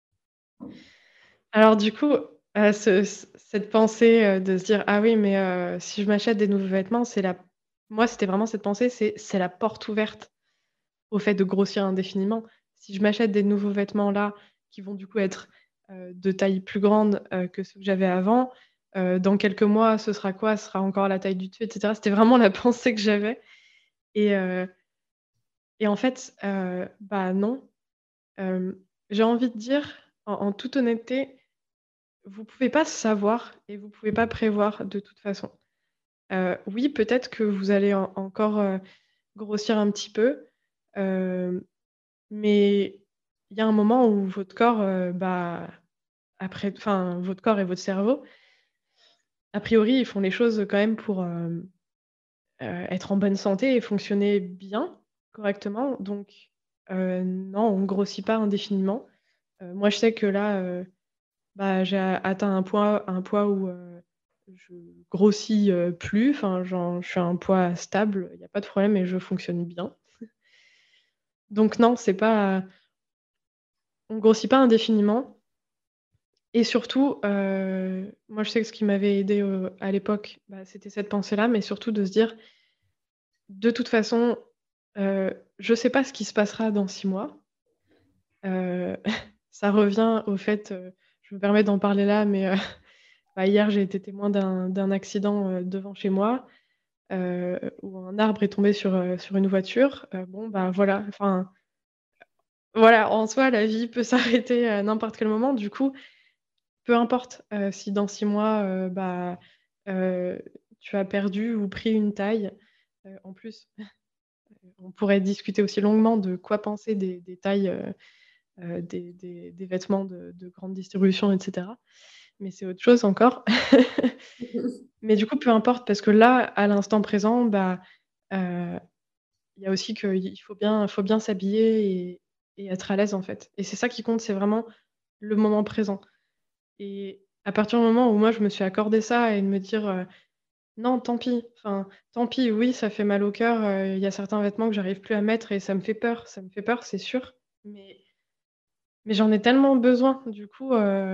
Alors du coup, cette pensée, de se dire: «Ah oui, mais si je m'achète des nouveaux vêtements, c'est la» moi, c'était vraiment cette pensée, c'est la porte ouverte au fait de grossir indéfiniment. Si je m'achète des nouveaux vêtements là, qui vont du coup être, de taille plus grande, que ceux que j'avais avant, dans quelques mois, ce sera quoi? Ce sera encore la taille du dessus et cetera. C'était vraiment la pensée que j'avais et heu et en fait, bah, non. J'ai envie de dire, en toute honnêteté, vous pouvez pas savoir et vous pouvez pas prévoir de toute façon. Oui, peut-être que vous allez encore, grossir un petit peu, hem, mais il y a un moment où votre corps, bah, après enfin, votre corps et votre cerveau, a priori, ils font les choses quand même pour, être en bonne santé et fonctionner bien, correctement. Donc, non, on grossit pas indéfiniment. Moi, je sais que là, bah, j'ai atteint un poids où, je grossis, plus, enfin, je suis à un poids stable, il y a pas de problème et je fonctionne bien. Donc non, c'est pas on grossit pas indéfiniment et surtout, moi, je sais que ce qui m'avait aidé à l'époque, bah, c'était cette pensée-là, mais surtout de se dire: «De toute façon, je sais pas ce qui se passera dans 6 mois». Heu, ça revient au fait, je me permets d'en parler là, mais bah, hier, j'ai été témoin d'un accident, devant chez moi, où un arbre est tombé sur une voiture. Bon, bah, voilà, enfin, voilà, en soi, la vie peut s'arrêter à n'importe quel moment. Du coup, peu importe, si dans 6 mois, bah, heu, tu as perdu ou pris une taille, en plus, on pourrait discuter aussi longuement de quoi penser des tailles, des vêtements de grande distribution et cetera. Mais c'est autre chose encore. Mais du coup, peu importe parce que là, à l'instant présent, bah, heu, il y a aussi qu'il faut bien s'habiller et être à l'aise, en fait. Et c'est ça qui compte, c'est vraiment le moment présent. Et à partir du moment où moi je me suis accordé ça et de me dire, «Non, tant pis, enfin, tant pis, oui, ça fait mal au cœur, il y a certains vêtements que j'arrive plus à mettre et ça me fait peur, c'est sûr, mais j'en ai tellement besoin, du coup,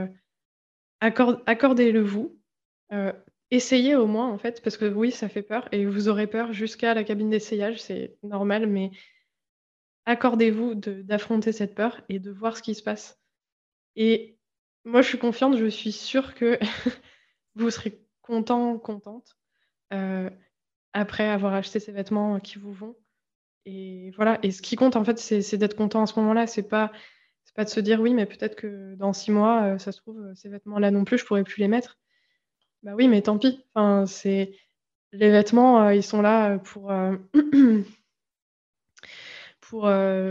accordez-le-vous, heu, essayez au moins, en fait, parce que oui, ça fait peur et vous aurez peur jusqu'à la cabine d'essayage, c'est normal, mais accordez-vous d'affronter cette peur et de voir ce qui se passe. Et moi, je suis confiante, je suis sûre que vous serez content, contente, heu, après avoir acheté ces vêtements qui vous vont et voilà. Et ce qui compte, en fait, c'est d'être content à ce moment-là. C'est pas de se dire: «Oui, mais peut-être que dans 6 mois, ça se trouve, ces vêtements-là non plus, je pourrai plus les mettre». Bah oui, mais tant pis. Enfin, c'est les vêtements, ils sont là, pour,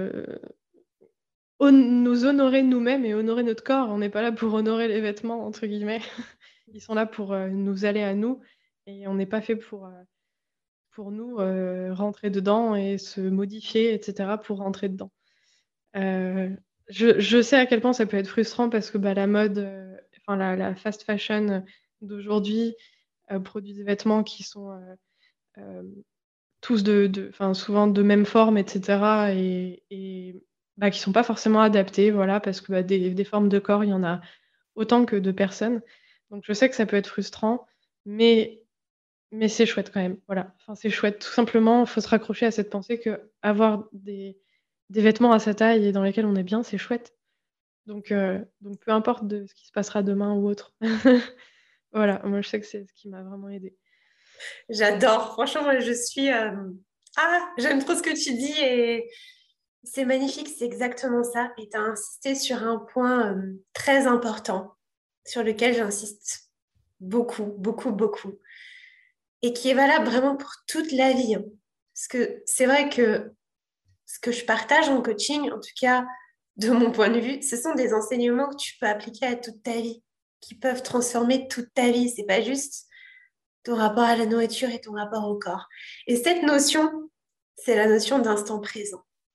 nous honorer nous-mêmes et honorer notre corps. On n'est pas là pour «honorer les vêtements» entre guillemets. Ils sont là pour, nous aller à nous et on n'est pas fait pour nous, rentrer dedans et se modifier et cetera pour rentrer dedans. Heu, je sais à quel point ça peut être frustrant parce que, bah, la mode, enfin la fast fashion d'aujourd'hui, produit des vêtements qui sont, hem, tous enfin souvent de même forme et cetera et bah, qui sont pas forcément adaptés, voilà, parce que, bah, des formes de corps, il y en a autant que de personnes. Donc je sais que ça peut être frustrant, mais c'est chouette quand même, voilà. Enfin, c'est chouette. Tout simplement, faut se raccrocher à cette pensée qu'avoir des vêtements à sa taille et dans lesquels on est bien, c'est chouette. Donc peu importe de ce qui se passera demain ou autre. Voilà, moi je sais que c'est ce qui m'a vraiment aidée. J'adore. Franchement, moi, je suis. Ah, j'aime trop ce que tu dis et c'est magnifique, c'est exactement ça. Et tu as insisté sur un point très important sur lequel j'insiste beaucoup, beaucoup, beaucoup et qui est valable vraiment pour toute la vie, hein. Parce que c'est vrai que ce que je partage en coaching, en tout cas de mon point de vue, ce sont des enseignements que tu peux appliquer à toute ta vie, qui peuvent transformer toute ta vie. C'est pas juste ton rapport à la nourriture et ton rapport au corps. Et cette notion, c'est la notion d'instant présent.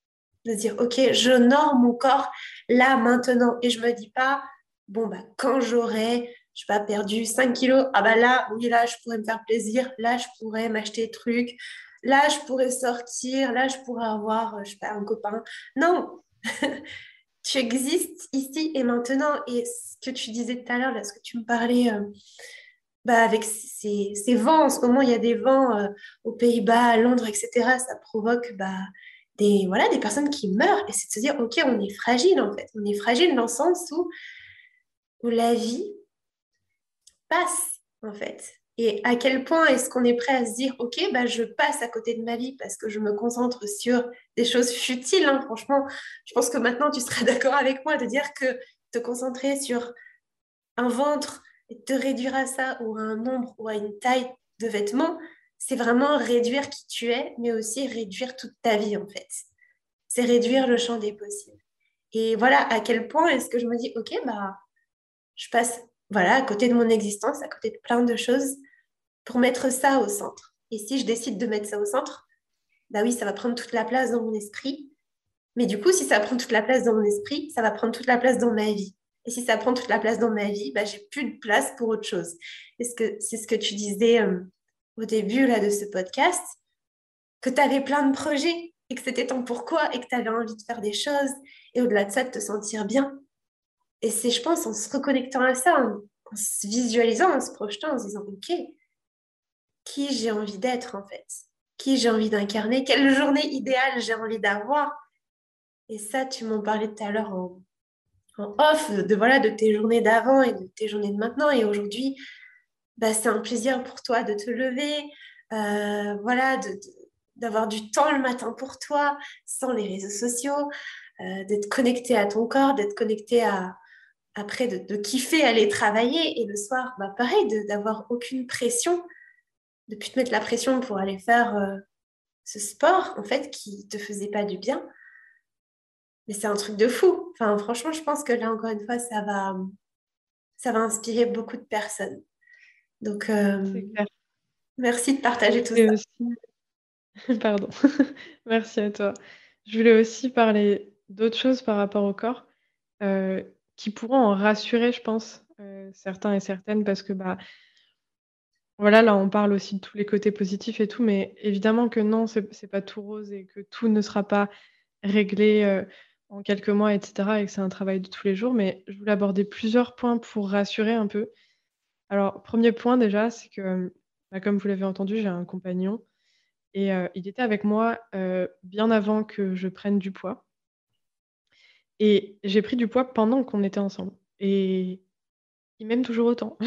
de dire, OK, j'honore mon corps là, maintenant. Et je me dis pas, bon, bah, quand j'aurai, je sais pas, perdu 5 kilos, ah bah là, oui, là, je pourrais me faire plaisir, là, je pourrais m'acheter des trucs, là, je pourrais sortir, là, je pourrais avoir, je sais pas, un copain. Non, tu existes ici et maintenant. Et ce que tu disais tout à l'heure, là, ce que tu me parlais, bah, avec ces vents, en ce moment, il y a des vents aux Pays-Bas, à Londres, etc. Ça provoque bah, voilà, des personnes qui meurent. Et c'est de se dire, OK, on est fragile, en fait. On est fragile dans le sens où la vie passe, en fait. Et à quel point est-ce qu'on est prêt à se dire, OK, bah, je passe à côté de ma vie parce que je me concentre sur des choses futiles, hein. Franchement, je pense que maintenant, tu seras d'accord avec moi de dire que te concentrer sur un ventre et te réduire à ça ou à un nombre ou à une taille de vêtements, c'est vraiment réduire qui tu es, mais aussi réduire toute ta vie, en fait. C'est réduire le champ des possibles. Et voilà à quel point est-ce que je me dis, OK, bah, je passe voilà, à côté de mon existence, à côté de plein de choses pour mettre ça au centre. Et si je décide de mettre ça au centre, bah oui, ça va prendre toute la place dans mon esprit. Mais du coup, si ça prend toute la place dans mon esprit, ça va prendre toute la place dans ma vie. Et si ça prend toute la place dans ma vie, bah, j'ai plus de place pour autre chose. Est-ce que c'est ce que tu disais au début là, de ce podcast, que tu avais plein de projets et que c'était ton pourquoi et que tu avais envie de faire des choses et au-delà de ça, de te sentir bien. Et c'est, je pense, en se reconnectant à ça, en se visualisant, en se projetant, en se disant, OK, qui j'ai envie d'être en fait? Qui j'ai envie d'incarner? Quelle journée idéale j'ai envie d'avoir? Et ça, tu m'en parlais tout à l'heure en off voilà, de tes journées d'avant et de tes journées de maintenant. Et aujourd'hui, bah, c'est un plaisir pour toi de te lever, voilà, d'avoir du temps le matin pour toi, sans les réseaux sociaux, d'être connecté à ton corps, d'être connecté après, de kiffer aller travailler. Et le soir, bah, pareil, d'avoir aucune pression, de plus te mettre la pression pour aller faire ce sport, en fait, qui te faisait pas du bien. Mais c'est un truc de fou. Enfin, franchement, je pense que là, encore une fois, ça va inspirer beaucoup de personnes. Donc, C'est clair. merci de partager Je tout voulais ça. aussi pardon. Merci à toi. Je voulais aussi parler d'autres choses par rapport au corps, qui pourront en rassurer, je pense, certains et certaines parce que, bah, voilà, là, on parle aussi de tous les côtés positifs et tout, mais évidemment que non, c'est pas tout rose et que tout ne sera pas réglé, en quelques mois et cetera et que c'est un travail de tous les jours. Mais je voulais aborder plusieurs points pour rassurer un peu. Alors, premier point déjà, c'est que, bah, comme vous l'avez entendu, j'ai un compagnon et il était avec moi, bien avant que je prenne du poids et j'ai pris du poids pendant qu'on était ensemble et il m'aime toujours autant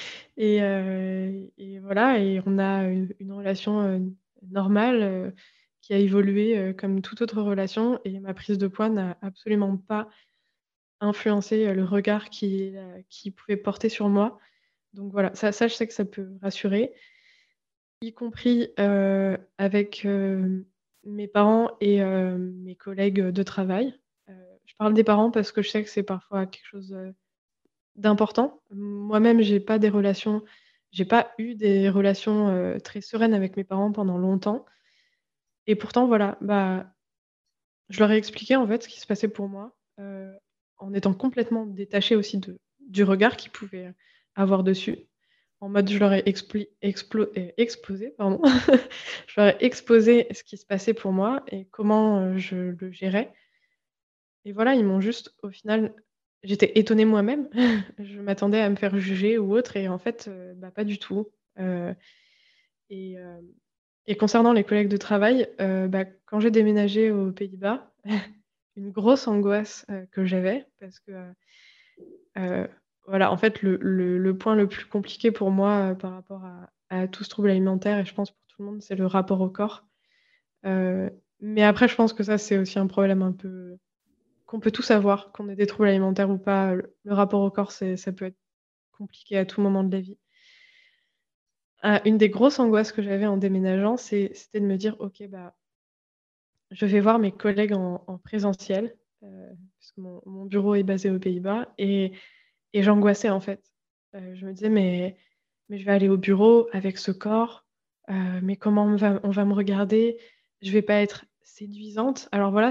et voilà et on a une relation, normale, qui a évolué, comme toute autre relation et ma prise de poids n'a absolument pas influencé, le regard qu'il pouvait porter sur moi. Donc voilà, ça je sais que ça peut rassurer. Y compris, avec, mes parents et mes collègues, de travail. Je parle des parents parce que je sais que c'est parfois quelque chose, d'important. Moi-même, j'ai pas eu des relations, très sereines avec mes parents pendant longtemps et pourtant voilà, bah, je leur ai expliqué en fait ce qui se passait pour moi, en étant complètement détachée aussi du regard qu'ils pouvaient avoir dessus. En mode, je leur ai exposé, pardon. Je leur ai exposé ce qui se passait pour moi et comment, je le gérais et voilà, ils m'ont juste au final j'étais étonnée moi-même. Je m'attendais à me faire juger ou autre et en fait, bah, pas du tout. Heu et hem et concernant les collègues de travail, bah, quand j'ai déménagé aux Pays-Bas, une grosse angoisse, que j'avais parce que, Heu, voilà, en fait, le point le plus compliqué pour moi, par rapport à tout ce trouble alimentaire et je pense pour tout le monde, c'est le rapport au corps. Heu, mais après je pense que ça, c'est aussi un problème un peu qu'on peut tous avoir, qu'on ait des troubles alimentaires ou pas, le rapport au corps, ça peut être compliqué à tout moment de la vie. Une des grosses angoisses que j'avais en déménageant, c'était de me dire: «OK, bah, je vais voir mes collègues en présentiel», puisque mon bureau est basé aux Pays-Bas et j'angoissais, en fait. Je me disais: «Mais je vais aller au bureau avec ce corps, mais comment on va me regarder? Je vais pas être séduisante. Alors voilà,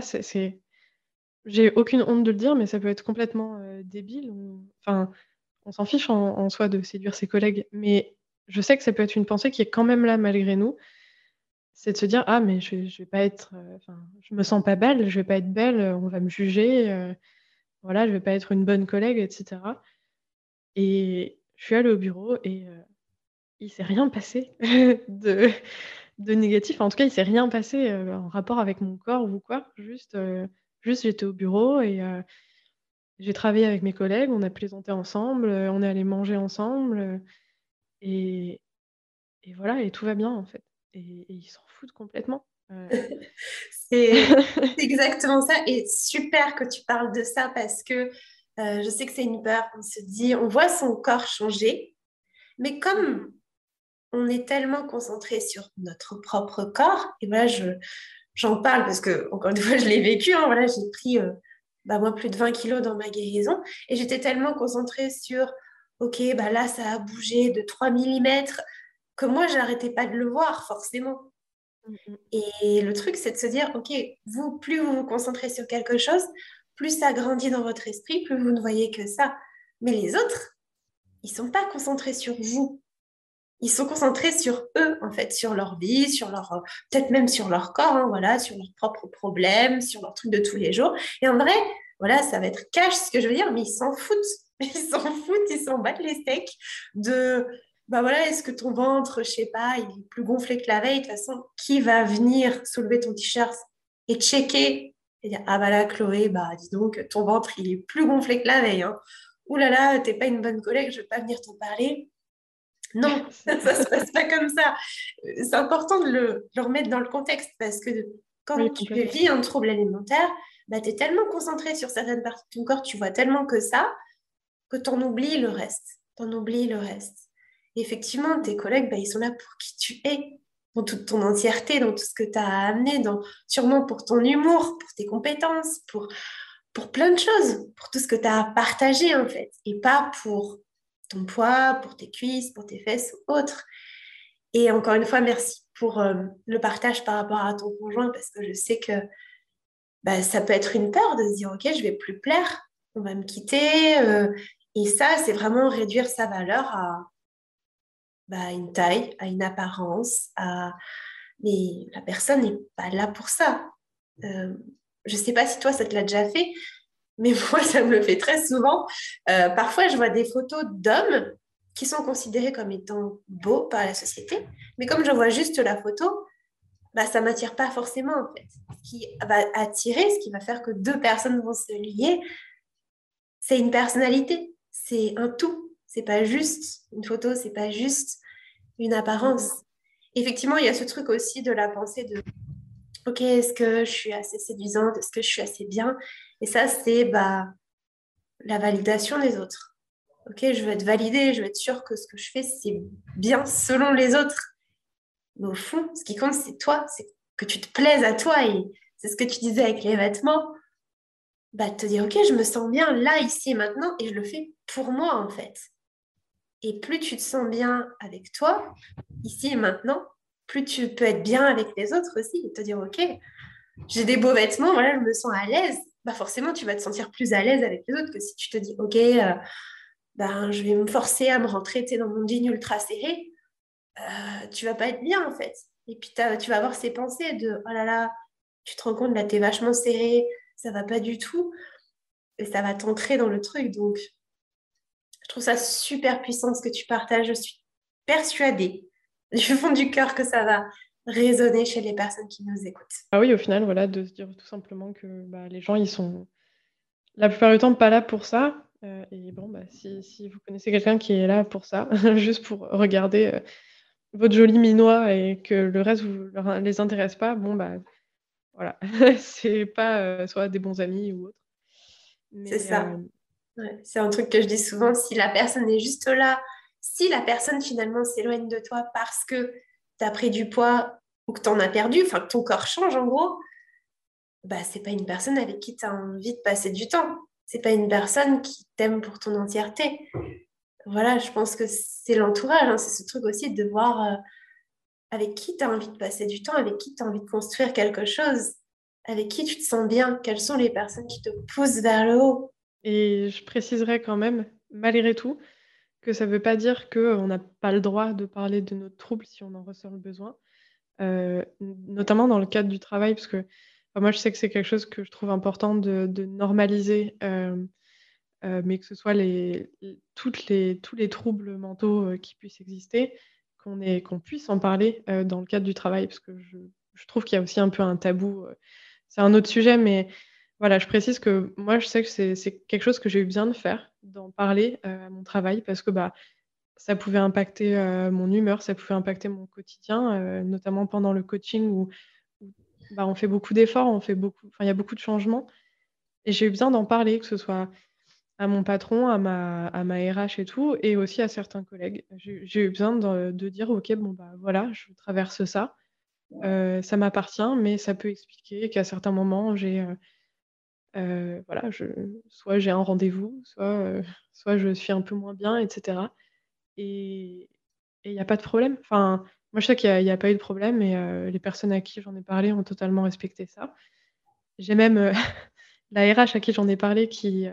j'ai aucune honte de le dire, mais ça peut être complètement, débile ou enfin, on s'en fiche en soi de séduire ses collègues, mais je sais que ça peut être une pensée qui est quand même là malgré nous. C'est de se dire: «Ah mais je vais pas être, enfin, je me sens pas belle, je vais pas être belle, on va me juger, voilà, je vais pas être une bonne collègue» et cetera et je suis allée au bureau et il s'est rien passé de de négatif. En tout cas, il s'est rien passé, en rapport avec mon corps ou quoi. Juste j'étais au bureau et j'ai travaillé avec mes collègues, on a plaisanté ensemble, on est allés manger ensemble, et et voilà et tout va bien, en fait et ils s'en foutent complètement, C'est c'est exactement ça. Et super que tu parles de ça parce que je sais que c'est une peur. On se dit, on voit son corps changer, mais Mmh. comme on est tellement concentré sur notre propre corps, et voilà, j'en parle parce que, encore une fois, je l'ai vécu. Hein, voilà, j'ai pris moi, plus de 20 kilos dans ma guérison et j'étais tellement concentrée sur, OK, bah là, ça a bougé de 3 millimètres que moi, j'arrêtais pas de le voir, forcément. Mmh mh. Et le truc, c'est de se dire, OK, vous, plus vous vous concentrez sur quelque chose, plus ça grandit dans votre esprit, plus vous ne voyez que ça. Mais les autres, ils sont pas concentrés sur vous. Ils sont concentrés sur eux, en fait, sur leur vie, sur leur, peut-être même sur leur corps, hein, voilà, sur leurs propres problèmes, sur leurs trucs de tous les jours. Et en vrai, voilà, ça va être cash ce que je veux dire, mais ils s'en foutent. Ils s'en foutent, ils s'en battent les steaks de, bah voilà, est-ce que ton ventre, je sais pas, il est plus gonflé que la veille? De toute façon, qui va venir soulever ton t-shirt et checker et dire, ah bah là, Chloé, bah dis donc, ton ventre, il est plus gonflé que la veille, hein. Ouh là là, t'es pas une bonne collègue, je vais pas venir t'en parler. Non, C'est ça se passe pas comme ça. C'est important de le remettre dans le contexte parce que oui, quand tu complètement. vis un trouble alimentaire, bah, tu es tellement concentré sur certaines parties de ton corps, tu vois tellement que ça, que tu en oublies le reste. T'en oublies le reste. Et effectivement, tes collègues, bah, ils sont là pour qui tu es, dans toute ton entièreté, dans tout ce que tu as à amener, sûrement pour ton humour, pour tes compétences, pour plein de choses, pour tout ce que tu as à partager en fait, et pas pour ton poids, pour tes cuisses, pour tes fesses ou autres. Et encore une fois, merci pour le partage par rapport à ton conjoint, parce que je sais que bah, ça peut être une peur de se dire, OK, je vais plus plaire, on va me quitter. Et ça, c'est vraiment réduire sa valeur à bah, une taille, à une apparence, à... Mais la personne n'est pas là pour ça. Euh, je ne sais pas si toi, ça te l'a déjà fait, mais moi, ça me le fait très souvent. Parfois, je vois des photos d'hommes qui sont considérés comme étant beaux par la société, mais comme je vois juste la photo, bah, ça ne m'attire pas forcément, en fait. Ce qui va attirer, ce qui va faire que deux personnes vont se lier, c'est une personnalité, c'est un tout. C'est pas juste une photo, c'est pas juste une Mmh apparence. mh. Effectivement, il y a ce truc aussi de la pensée de OK, est-ce que je suis assez séduisante? Est-ce que je suis assez bien? Et ça, c'est bah, la validation des autres. OK, je veux être validée, je veux être sûre que ce que je fais, c'est bien selon les autres. Mais au fond, ce qui compte, c'est toi, c'est que tu te plaises à toi. Et c'est ce que tu disais avec les vêtements. Bah, te dire, OK, je me sens bien là, ici et maintenant, et je le fais pour moi, en fait. Et plus tu te sens bien avec toi, ici et maintenant, plus tu peux être bien avec les autres aussi. Et te dire, OK, j'ai des beaux vêtements, voilà, je me sens à l'aise. Bah forcément, tu vas te sentir plus à l'aise avec les autres que si tu te dis, OK, ben, je vais me forcer à me rentrer dans mon jean ultra serré. Tu vas pas être bien en fait. Et puis tu vas avoir ces pensées de oh là là, tu te rends compte là, t'es vachement serré, ça va pas du tout. Et ça va t'ancrer dans le truc. Donc, je trouve ça super puissant ce que tu partages. Je suis persuadée du fond du cœur que ça va résonner chez les personnes qui nous écoutent. Ah oui, au final, voilà, de se dire tout simplement que, bah, les gens, ils sont la plupart du temps pas là pour ça, et bon, bah, si vous connaissez quelqu'un qui est là pour ça, juste pour regarder, votre joli minois et que le reste vous leur les intéresse pas, bon, bah, voilà, c'est pas, soit des bons amis ou autre. C'est Mais, ça. Ouais, c'est un truc que je dis souvent, si la personne est juste là, si la personne finalement s'éloigne de toi parce que tu as pris du poids ou que tu en as perdu, enfin que ton corps change en gros, bah c'est pas une personne avec qui tu as envie de passer du temps. C'est pas une personne qui t'aime pour ton entièreté. Voilà, je pense que c'est l'entourage, hein, c'est ce truc aussi de voir avec qui tu as envie de passer du temps, avec qui tu as envie de construire quelque chose. avec qui tu te sens bien, quelles sont les personnes qui te poussent vers le haut. Et je préciserai quand même, malgré tout, que ça veut pas dire qu'on n'a pas le droit de parler de notre trouble si on en ressent le besoin. Notamment dans le cadre du travail, parce que, enfin, moi, je sais que c'est quelque chose que je trouve important de normaliser, mais que ce soit tous les troubles mentaux, qui puissent exister, qu'on puisse en parler, dans le cadre du travail. Parce que je trouve qu'il y a aussi un peu un tabou, c'est un autre sujet, mais voilà, je précise que moi, je sais que c'est quelque chose que j'ai eu besoin de faire, d'en parler, à mon travail parce que, bah, ça pouvait impacter, mon humeur, ça pouvait impacter mon quotidien, notamment pendant le coaching où, bah, on fait beaucoup d'efforts, on fait beaucoup enfin, il y a beaucoup de changements et j'ai eu besoin d'en parler, que ce soit à mon patron, à ma RH et tout et aussi à certains collègues. J'ai eu besoin de dire: «OK, bon, bah, voilà, je traverse ça, ça m'appartient, mais ça peut expliquer qu'à certains moments voilà, soit j'ai un rendez-vous, soit je suis un peu moins bien et cetera». Et il y a pas de problème. Enfin, moi, je sais qu'il y a pas eu de problème et les personnes à qui j'en ai parlé ont totalement respecté ça. J'ai même, la RH à qui j'en ai parlé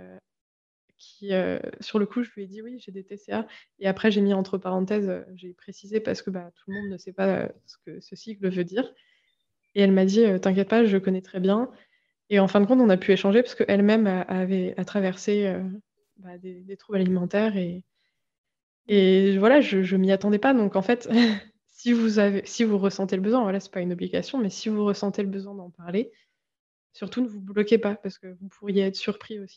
sur le coup, je lui ai dit: «Oui, j'ai des TCA» et après j'ai mis entre parenthèses, j'ai précisé parce que, bah, tout le monde ne sait pas, ce que ce cycle veut dire et elle m'a dit: «T'inquiète pas, je connais très bien» et en fin de compte, on a pu échanger parce qu'elle-même a traversé, bah, des troubles alimentaires et voilà, je m'y attendais pas donc en fait, si vous ressentez le besoin, voilà, c'est pas une obligation, mais si vous ressentez le besoin d'en parler, surtout ne vous bloquez pas parce que vous pourriez être surpris aussi.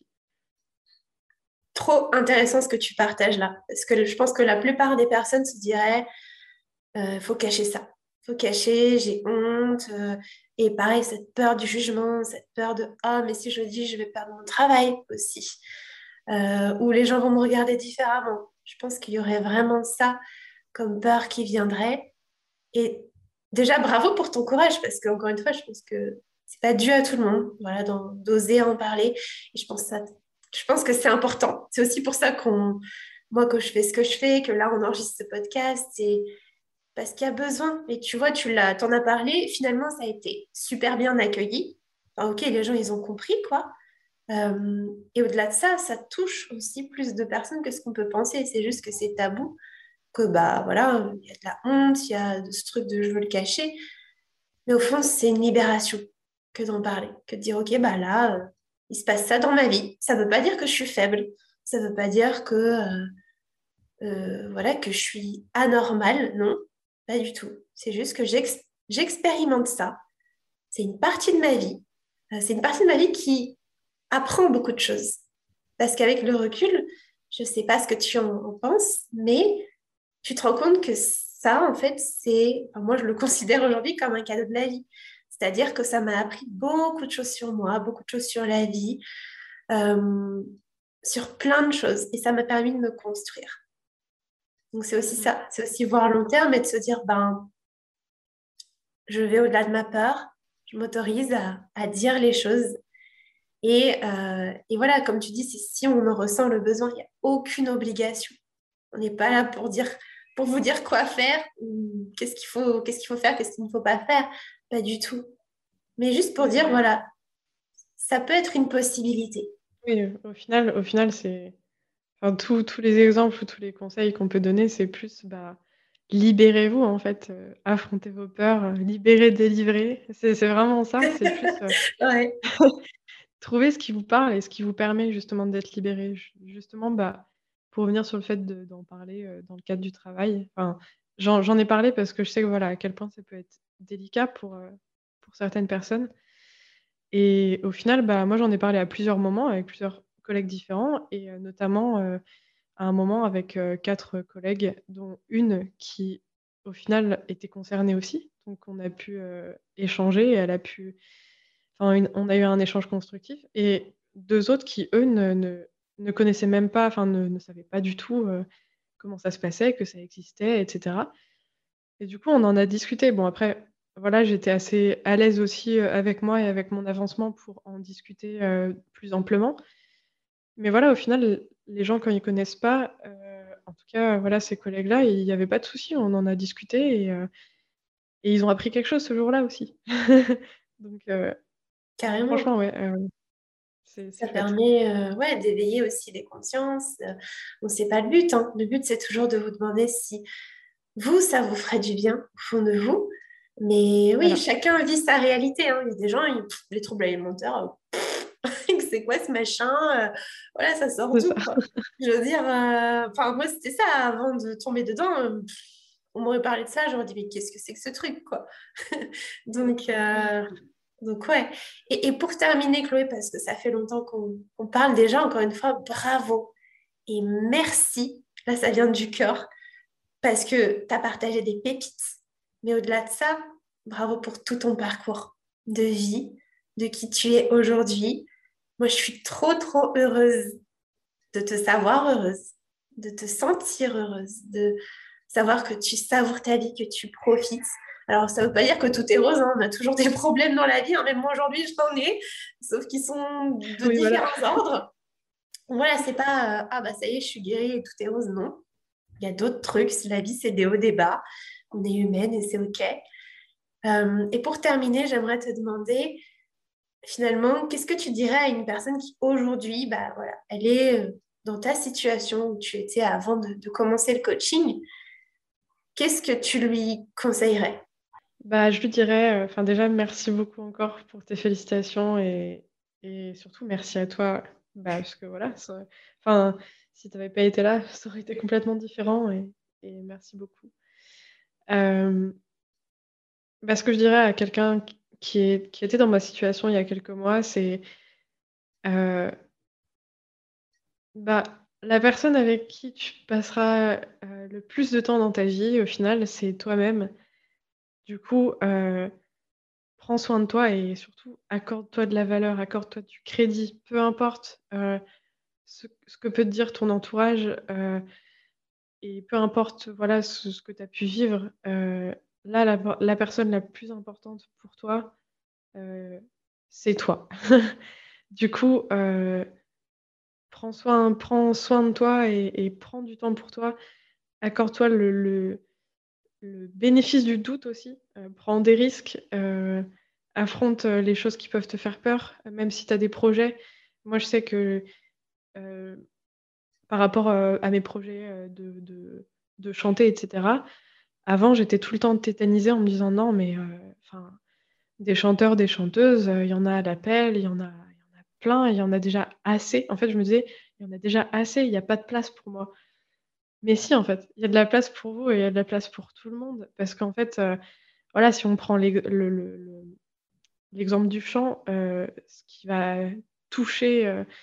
Trop intéressant ce que tu partages là, parce que je pense que la plupart des personnes se diraient, faut cacher ça, faut cacher, j'ai honte, et pareil, cette peur du jugement, cette peur de, ah, mais si je le dis, je vais perdre mon travail aussi, ou les gens vont me regarder différemment. Je pense qu'il y aurait vraiment ça comme peur qui viendrait. Et déjà, bravo pour ton courage, parce qu'encore une fois, je pense que c'est pas dû à tout le monde, voilà, d'oser en parler. Et je pense que c'est important. C'est aussi pour ça moi, que je fais ce que je fais, que là, on enregistre ce podcast, c'est parce qu'il y a besoin. Et tu vois, t'en as parlé, finalement, ça a été super bien accueilli. Enfin, ok, les gens, ils ont compris, quoi. Et au-delà de ça, ça touche aussi plus de personnes que ce qu'on peut penser. C'est juste que c'est tabou que bah voilà, il y a de la honte, il y a de ce truc de je veux le cacher. Mais au fond, c'est une libération que d'en parler, que de dire ok, bah là, il se passe ça dans ma vie. Ça veut pas dire que je suis faible, ça veut pas dire que voilà que je suis anormale, non, pas du tout. C'est juste que j'expérimente ça. C'est une partie de ma vie. C'est une partie de ma vie qui apprend beaucoup de choses. Parce qu'avec le recul, je sais pas ce que tu en penses, mais tu te rends compte que ça, en fait, enfin, moi, je le considère aujourd'hui comme un cadeau de la vie. C'est-à-dire que ça m'a appris beaucoup de choses sur moi, beaucoup de choses sur la vie, euh, sur plein de choses. Et ça m'a permis de me construire. Donc, c'est aussi Mmh. ça. C'est aussi voir long terme et de se dire, ben, je vais au-delà de ma peur. Je m'autorise à dire les choses. Et voilà, comme tu dis, c'est si on en ressent le besoin, il n'y a aucune obligation. On n'est pas là pour vous dire quoi faire, ou qu'est-ce qu'il faut faire, qu'est-ce qu'il ne faut pas faire. Pas du tout. Mais juste pour Oui, dire, voilà, ça peut être une possibilité. oui, au final, c'est enfin, tous les exemples ou tous les conseils qu'on peut donner, c'est plus, bah, libérez-vous en fait, affrontez vos peurs, libérez, délivrez. C'est vraiment ça, c'est plus, Ouais. trouver ce qui vous parle et ce qui vous permet justement d'être libéré. Justement, bah, pour revenir sur le fait d'en parler, dans le cadre du travail, enfin, j'en ai parlé parce que je sais que voilà, à quel point ça peut être délicat pour certaines personnes et au final, bah, moi j'en ai parlé à plusieurs moments avec plusieurs collègues différents et notamment, à un moment avec, 4 collègues dont une qui, au final, était concernée aussi. Donc on a pu, échanger et elle a pu enfin on a eu un échange constructif et 2 autres qui, eux, ne connaissaient même pas, enfin ne savaient pas du tout, comment ça se passait, que ça existait et cetera et du coup, on en a discuté. Bon après, voilà, j'étais assez à l'aise aussi, avec moi et avec mon avancement pour en discuter, plus amplement. Mais voilà, au final, les gens quand ils connaissent pas, en tout cas, voilà, ces collègues-là, il y avait pas de souci, on en a discuté et ils ont appris quelque chose ce jour-là aussi. Donc carrément. Franchement, ouais, c'est Ça chouette. permet ouais, d'éveiller aussi les consciences. Bon, c'est pas le but, hein. Le but, c'est toujours de vous demander si vous, ça vous ferait du bien au fond de vous. Mais oui, Voilà, chacun vit sa réalité, hein. Il y a des gens, les troubles alimentaires, c'est quoi ce machin? Voilà, ça sort c'est ça. d'où, quoi. Je veux dire, enfin, moi, c'était ça avant de tomber dedans. On m'aurait parlé de ça, j'aurais dit, mais qu'est-ce que c'est que ce truc, quoi? Donc, ouais. Et pour terminer, Chloé, parce que ça fait longtemps qu'on parle déjà, encore une fois, bravo et merci. Là, ça vient du cœur parce que tu as partagé des pépites. Mais au-delà de ça, bravo pour tout ton parcours de vie, de qui tu es aujourd'hui. Moi, je suis trop, trop heureuse de te savoir heureuse, de te sentir heureuse, de savoir que tu savoures ta vie, que tu profites. Alors, ça ne veut pas dire que tout est rose, hein. On a toujours des problèmes dans la vie, hein. Même moi aujourd'hui, j'en ai, sauf qu'ils sont de Oui, voilà. différents ordres. Voilà, c'est pas ah bah ça y est, je suis guérie et tout est rose. Non, il y a d'autres trucs. La vie, c'est des hauts, des bas. On est humaine et c'est OK. Et pour terminer, j'aimerais te demander finalement, qu'est-ce que tu dirais à une personne qui aujourd'hui, bah voilà, elle est dans ta situation où tu étais avant de commencer le coaching? Qu'est-ce que tu lui conseillerais? Bah, je lui dirais, enfin, déjà, merci beaucoup encore pour tes félicitations et surtout merci à toi, bah, parce que voilà, enfin, si tu avais pas été là, ça aurait été complètement différent et merci beaucoup. Hem, Bah, ce que je dirais à quelqu'un qui était dans ma situation il y a quelques mois, c'est, heu, bah, la personne avec qui tu passeras, le plus de temps dans ta vie, au final, c'est toi-même. Du coup, prends soin de toi et surtout accorde-toi de la valeur, accorde-toi du crédit. Peu importe, ce que peut te dire ton entourage, et peu importe, voilà, ce que tu as pu vivre, là, la personne la plus importante pour toi, heu, c'est toi. Du coup, prends soin de toi et prends du temps pour toi. Accorde-toi le bénéfice du doute aussi, prends des risques, affronte, les choses qui peuvent te faire peur, même si tu as des projets. Moi, je sais que, heu, par rapport, à mes projets, de chanter et cetera, avant, j'étais tout le temps tétanisée en me disant: «Non mais enfin, des chanteurs, des chanteuses, il y en a à l'appel, il y en a plein, il y en a déjà assez». En fait, je me disais: «Il y en a déjà assez, il y a pas de place pour moi». Mais si, en fait, il y a de la place pour vous et il y a de la place pour tout le monde parce qu'en fait, voilà, si on prend l'exemple du chant, ce qui va toucher,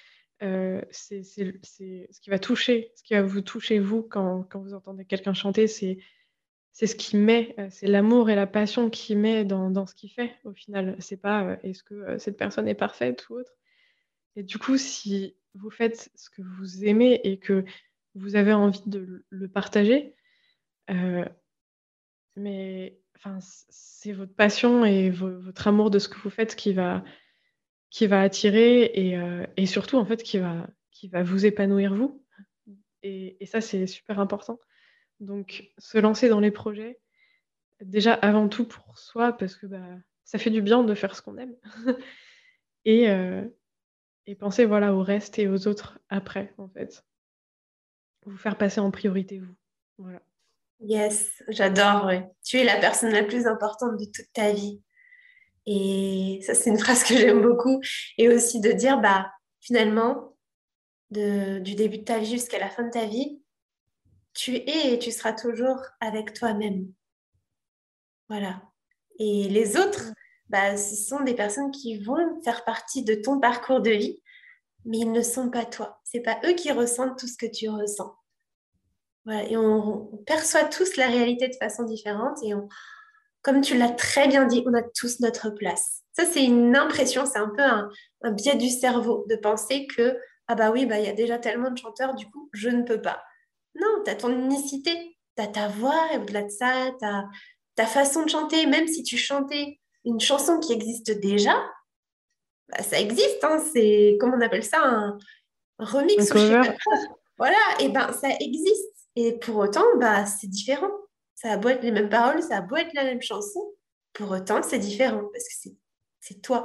c'est ce qui va toucher, ce qui va vous toucher vous quand vous entendez quelqu'un chanter, c'est ce qu'il met, c'est l'amour et la passion qu'il met dans ce qu'il fait, au final. C'est pas, est-ce que, cette personne est parfaite ou autre et du coup, si vous faites ce que vous aimez et que vous avez envie de le partager, heu mais enfin, c'est votre passion et votre amour de ce que vous faites qui va attirer et surtout, en fait, qui va vous épanouir vous et ça, c'est super important. Donc se lancer dans les projets, déjà, avant tout pour soi parce que, bah, ça fait du bien de faire ce qu'on aime et heu et penser, voilà, au reste et aux autres après, en fait. Vous faire passer en priorité vous. Voilà. Yes, j'adore, ouais. Tu es la personne la plus importante de toute ta vie. Et ça, c'est une phrase que j'aime beaucoup. Et aussi de dire, bah, finalement, du début de ta vie jusqu'à la fin de ta vie, tu es et tu seras toujours avec toi-même. Voilà. Et les autres, Ouais. bah, ce sont des personnes qui vont faire partie de ton parcours de vie, mais ils ne sont pas toi. C'est pas eux qui ressentent tout ce que tu ressens. Voilà. Et on perçoit tous la réalité de façon différente et comme tu l'as très bien dit, on a tous notre place. Ça, c'est une impression, c'est un peu un biais du cerveau de penser que, ah bah oui, bah, il y a déjà tellement de chanteurs, du coup, je ne peux pas. Non, tu as ton unicité, tu as ta voix, et au-delà de ça, tu as ta façon de chanter. Même si tu chantais une chanson qui existe déjà, bah, ça existe, hein, c'est, comment on appelle ça, un Un remix ou je sais cover. pas quoi. Voilà, et ben ça existe. Et pour autant, bah, c'est différent. Ça a beau être les mêmes paroles, ça a beau être la même chanson, pour autant, c'est différent parce que c'est toi.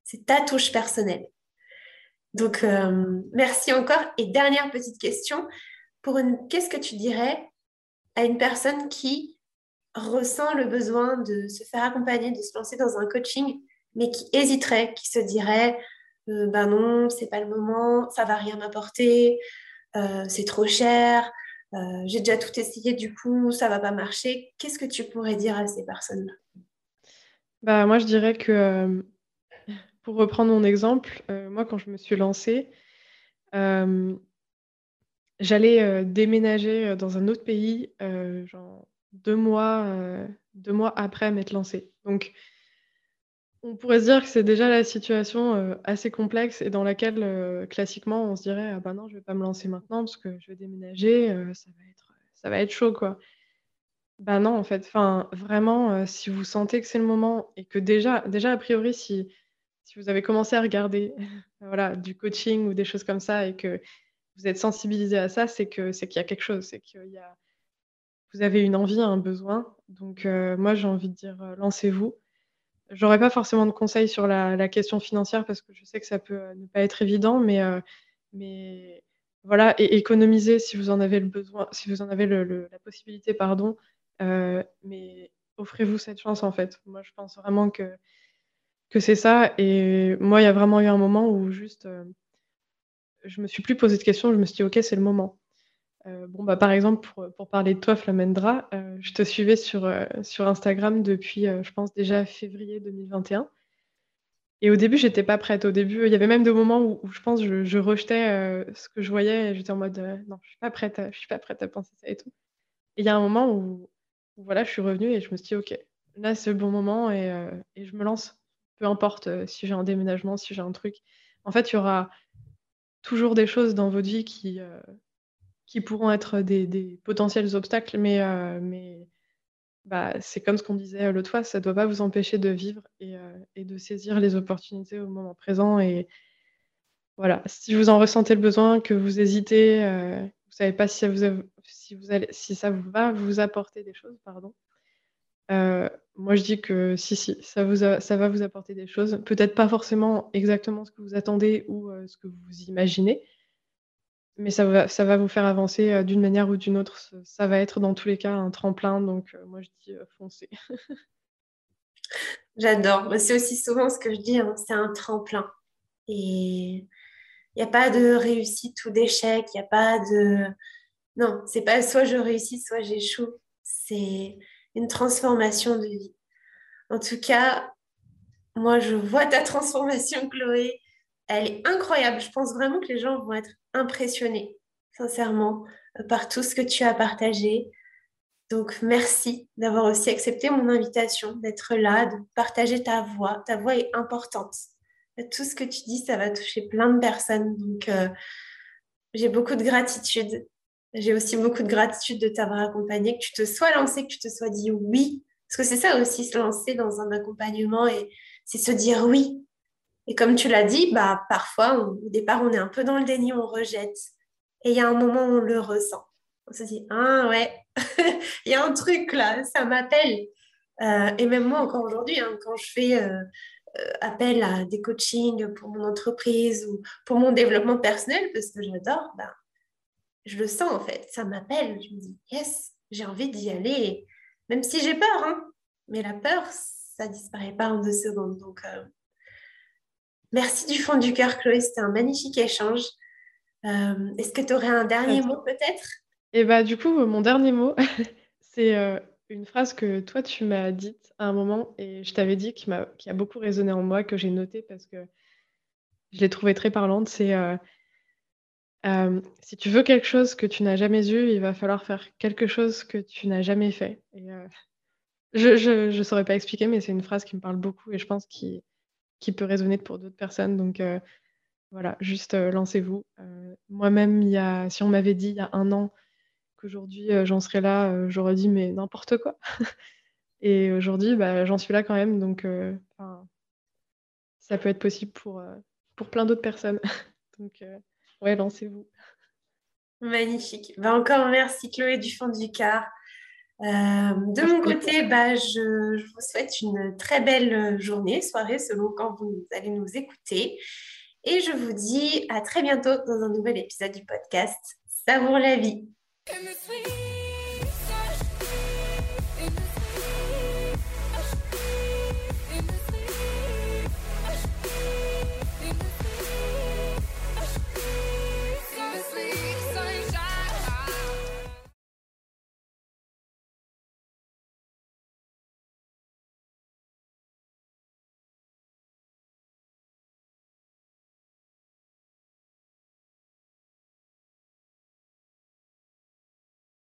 C'est ta touche personnelle. Donc, merci encore. Et dernière petite question, qu'est-ce que tu dirais à une personne qui ressent le besoin de se faire accompagner, de se lancer dans un coaching, mais qui hésiterait, qui se dirait, ben non, c'est pas le moment, ça va rien m'apporter, c'est trop cher, j'ai déjà tout essayé, du coup, ça va pas marcher. Qu'est-ce que tu pourrais dire à ces personnes-là? Bah, moi, je dirais que, pour reprendre mon exemple, moi, quand je me suis lancée, hem, j'allais, déménager, dans un autre pays, genre 2 mois après m'être lancée. Donc on pourrait se dire que c'est déjà la situation, assez complexe et dans laquelle, classiquement, on se dirait: «Ah bah non, je vais pas me lancer maintenant parce que je vais déménager, ça va être chaud, quoi». Bah non, en fait, enfin, vraiment, si vous sentez que c'est le moment et que déjà a priori si vous avez commencé à regarder, voilà, du coaching ou des choses comme ça et que vous êtes sensibilisé à ça, c'est qu'il y a quelque chose, c'est qu'il y a vous avez une envie, un besoin. Donc moi, j'ai envie de dire, lancez-vous. J'aurais pas forcément de conseils sur la question financière parce que je sais que ça peut, ne pas être évident, mais voilà, et économiser si vous en avez le besoin, si vous en avez la possibilité, pardon, mais offrez-vous cette chance, en fait. Moi, je pense vraiment que c'est ça et moi, il y a vraiment eu un moment où juste, je me suis plus posé de questions, je me suis dit: «OK, c'est le moment». Bon, bah, par exemple, pour parler de toi, Flamendra, je te suivais sur Instagram depuis, je pense déjà février 2021 et au début, j'étais pas prête. Au début, il y avait même des moments où je pense je rejetais, ce que je voyais et j'étais en mode: «Non, je suis pas prête à penser ça et tout». Et il y a un moment où voilà, je suis revenue et je me suis dit: «OK, là, c'est le bon moment et je me lance». Peu importe, si j'ai un déménagement, si j'ai un truc. En fait, il y aura toujours des choses dans votre vie qui pourront être des potentiels obstacles, mais bah, c'est comme ce qu'on disait, l'autre fois, ça doit pas vous empêcher de vivre et de saisir les opportunités au moment présent et voilà. Si vous en ressentez le besoin, que vous hésitez, vous savez pas si ça vous va vous apporter des choses, pardon, moi je dis que si, ça va vous apporter des choses. Peut-être pas forcément exactement ce que vous attendez ou ce que vous imaginez, mais ça va vous faire avancer, d'une manière ou d'une autre. Ça va être dans tous les cas un tremplin, donc moi je dis, foncez. J'adore. Moi, c'est aussi souvent ce que je dis, hein, c'est un tremplin. Et il n'y a pas de réussite ou d'échec, il n'y a pas de... Non, c'est pas soit je réussis, soit j'échoue. C'est une transformation de vie. En tout cas, moi, je vois ta transformation, Chloé. Elle est incroyable. Je pense vraiment que les gens vont être impressionnés, sincèrement, par tout ce que tu as partagé. Donc, merci d'avoir aussi accepté mon invitation, d'être là, de partager ta voix. Ta voix est importante. Tout ce que tu dis, ça va toucher plein de personnes. Donc, j'ai beaucoup de gratitude. J'ai aussi beaucoup de gratitude de t'avoir accompagné, que tu te sois lancé, que tu te sois dit oui. Parce que c'est ça aussi, se lancer dans un accompagnement et c'est se dire oui. Et comme tu l'as dit, bah, parfois, au départ, on est un peu dans le déni, on rejette. Et il y a un moment où on le ressent. On se dit, ah ouais, il y a un truc là, ça m'appelle. Et même moi, encore aujourd'hui, hein, quand je fais appel à des coachings pour mon entreprise ou pour mon développement personnel, parce que j'adore, bah, je le sens en fait, ça m'appelle. Je me dis, yes, j'ai envie d'y aller. Même si j'ai peur, hein. Mais la peur, ça disparaît pas en 2 secondes. Donc, merci du fond du cœur, Chloé. C'était un magnifique échange. Est-ce que tu aurais un À dernier mot toi. peut-être? Et bah, du coup, mon dernier mot, c'est, une phrase que toi tu m'as dite à un moment et je t'avais dit qui a beaucoup résonné en moi, que j'ai notée parce que je l'ai trouvée très parlante. C'est, «Si tu veux quelque chose que tu n'as jamais eu, il va falloir faire quelque chose que tu n'as jamais fait» et je saurais pas expliquer, mais c'est une phrase qui me parle beaucoup et je pense qui peut résonner pour d'autres personnes donc voilà, juste, lancez-vous. Moi-même, si on m'avait dit il y a 1 an qu'aujourd'hui, j'en serais là, j'aurais dit: «Mais n'importe quoi» et aujourd'hui, bah, j'en suis là quand même donc enfin, ça peut être possible pour plein d'autres personnes donc ouais, lancez-vous. Magnifique. Bah, encore merci, Chloé, du fond du cœur. De mon Merci. côté, je vous souhaite une très belle journée, soirée, selon quand vous allez nous écouter. Et je vous dis à très bientôt dans un nouvel épisode du podcast Savoure la vie.